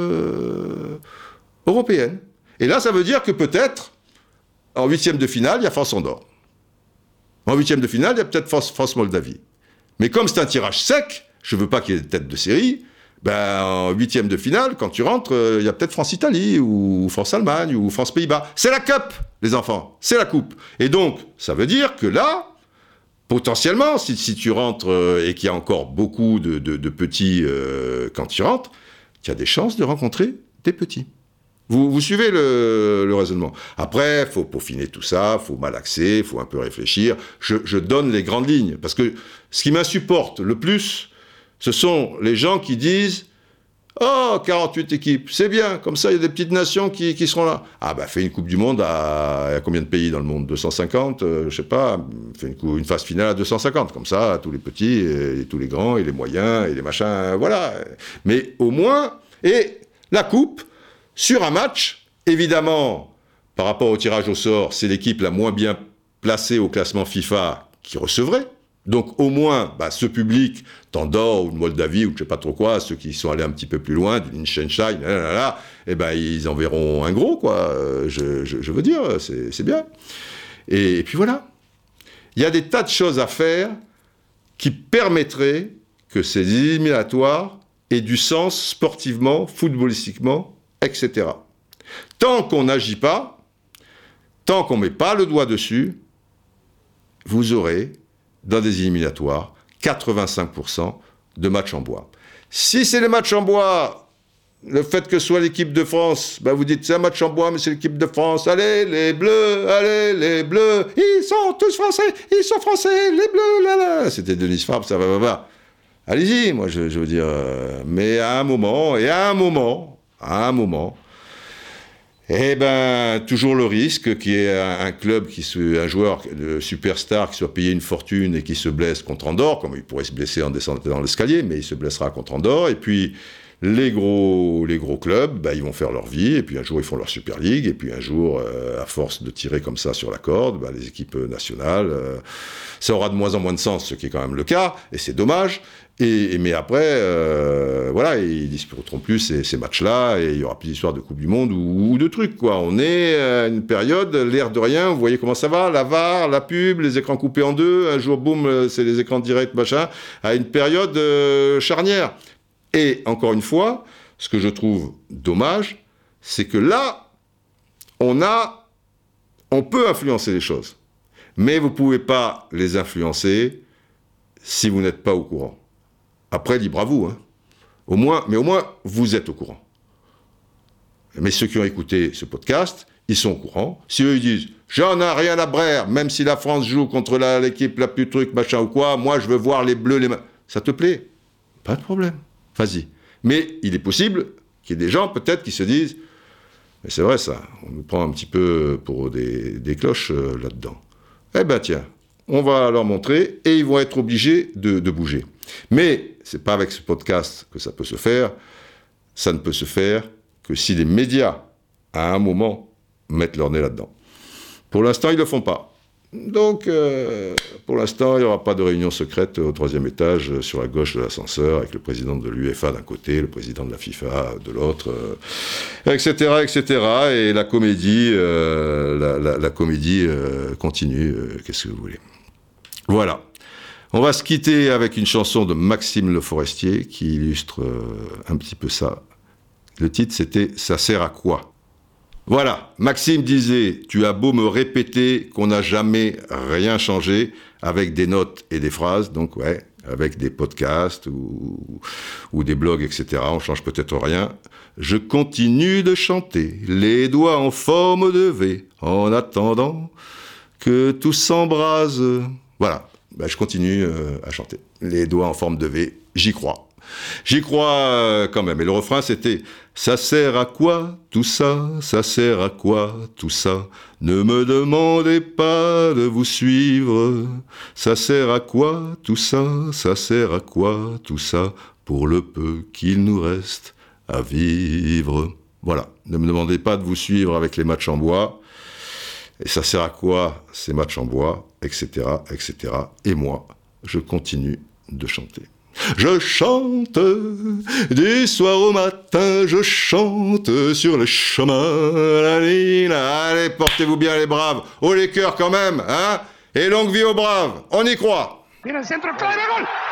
Speaker 2: européenne. Et là, ça veut dire que peut-être, en 8e de finale, il y a France-Andorre. En 8e de finale, il y a peut-être France-Moldavie. Mais comme c'est un tirage sec, je ne veux pas qu'il y ait de tête de série, en 8e de finale, quand tu rentres, il y a peut-être France-Italie, ou France-Allemagne, ou France-Pays-Bas. C'est la Cup, les enfants, c'est la coupe. Et donc, ça veut dire que là, potentiellement, si tu rentres et qu'il y a encore beaucoup de petits quand tu rentres, tu as des chances de rencontrer des petits. Vous suivez le raisonnement. Après, il faut peaufiner tout ça, il faut malaxer, il faut un peu réfléchir. Je donne les grandes lignes, parce que ce qui m'insupporte le plus, ce sont les gens qui disent « Oh, 48 équipes, c'est bien, comme ça il y a des petites nations qui seront là. » Ah fais une Coupe du Monde à combien de pays dans le monde ? 250, je sais pas, fais une phase finale à 250, comme ça, tous les petits, et tous les grands, et les moyens, et les machins, voilà. Mais au moins, et la Coupe, sur un match, évidemment, par rapport au tirage au sort, c'est l'équipe la moins bien placée au classement FIFA qui recevrait. Donc au moins, ce public d'Andorre ou de Moldavie ou je ne sais pas trop quoi, ceux qui sont allés un petit peu plus loin, du Liechtenstein, ils en verront un gros, quoi. Je veux dire, c'est bien. Et puis voilà. Il y a des tas de choses à faire qui permettraient que ces éliminatoires aient du sens sportivement, footballistiquement, etc. Tant qu'on n'agit pas, tant qu'on ne met pas le doigt dessus, vous aurez, dans des éliminatoires, 85% de matchs en bois. Si c'est les matchs en bois, le fait que ce soit l'équipe de France, vous dites c'est un match en bois, mais c'est l'équipe de France, allez les Bleus, ils sont tous français, ils sont français, les Bleus, là là. C'était Denise Fabre, ça va. allez-y, moi je veux dire, mais à un moment, eh ben, toujours le risque qu'il y ait un club, un joueur de superstar qui soit payé une fortune et qui se blesse contre Andorre, comme il pourrait se blesser en descendant dans l'escalier, mais il se blessera contre Andorre, et puis les gros clubs, bah, ils vont faire leur vie, et puis un jour ils font leur Super League, et puis un jour, à force de tirer comme ça sur la corde, bah, les équipes nationales, ça aura de moins en moins de sens, ce qui est quand même le cas, et c'est dommage. Mais après, voilà, ils disputeront plus ces matchs-là, et il y aura plus d'histoire de Coupe du Monde ou de trucs, quoi. On est à une période, l'air de rien, vous voyez comment ça va, la VAR, la pub, les écrans coupés en deux, un jour, boum, c'est les écrans directs, machin, à une période charnière. Et encore une fois, ce que je trouve dommage, c'est que là, on peut influencer les choses, mais vous ne pouvez pas les influencer si vous n'êtes pas au courant. Après, libre à vous, hein. Au moins, vous êtes au courant. Mais ceux qui ont écouté ce podcast, ils sont au courant. Si eux, ils disent « J'en ai rien à braire, même si la France joue contre l'équipe la plus truc, machin ou quoi, moi, je veux voir les bleus, les... » Ça te plaît? Pas de problème. Vas-y. Mais il est possible qu'il y ait des gens, peut-être, qui se disent « Mais c'est vrai, ça, on nous prend un petit peu pour des cloches là-dedans. » Eh ben, tiens, on va leur montrer et ils vont être obligés de bouger. Mais c'est pas avec ce podcast que ça peut se faire. Ça ne peut se faire que si les médias, à un moment, mettent leur nez là-dedans. Pour l'instant, ils ne le font pas. Donc, pour l'instant, il n'y aura pas de réunion secrète au 3e étage, sur la gauche de l'ascenseur, avec le président de l'UEFA d'un côté, le président de la FIFA de l'autre, etc., etc. Et la comédie, la comédie continue. Qu'est-ce que vous voulez? Voilà. On va se quitter avec une chanson de Maxime Le Forestier qui illustre un petit peu ça. Le titre, c'était « Ça sert à quoi ?» Voilà, Maxime disait « Tu as beau me répéter qu'on n'a jamais rien changé avec des notes et des phrases, donc ouais, avec des podcasts ou des blogs, etc. On change peut-être rien. Je continue de chanter, les doigts en forme de V, en attendant que tout s'embrase. » Voilà. Ben, je continue à chanter. Les doigts en forme de V, j'y crois. J'y crois quand même. Et le refrain, c'était « Ça sert à quoi tout ça? Ça sert à quoi tout ça? Ne me demandez pas de vous suivre. Ça sert à quoi tout ça? Ça sert à quoi tout ça? Pour le peu qu'il nous reste à vivre. » Voilà. Ne me demandez pas de vous suivre avec les matchs en bois. Et ça sert à quoi ces matchs en bois, etc., etc. Et moi, je continue de chanter. Je chante du soir au matin, je chante sur le chemin. Allez, portez-vous bien les braves. Oh les cœurs quand même, hein? Et longue vie aux braves, on y croit.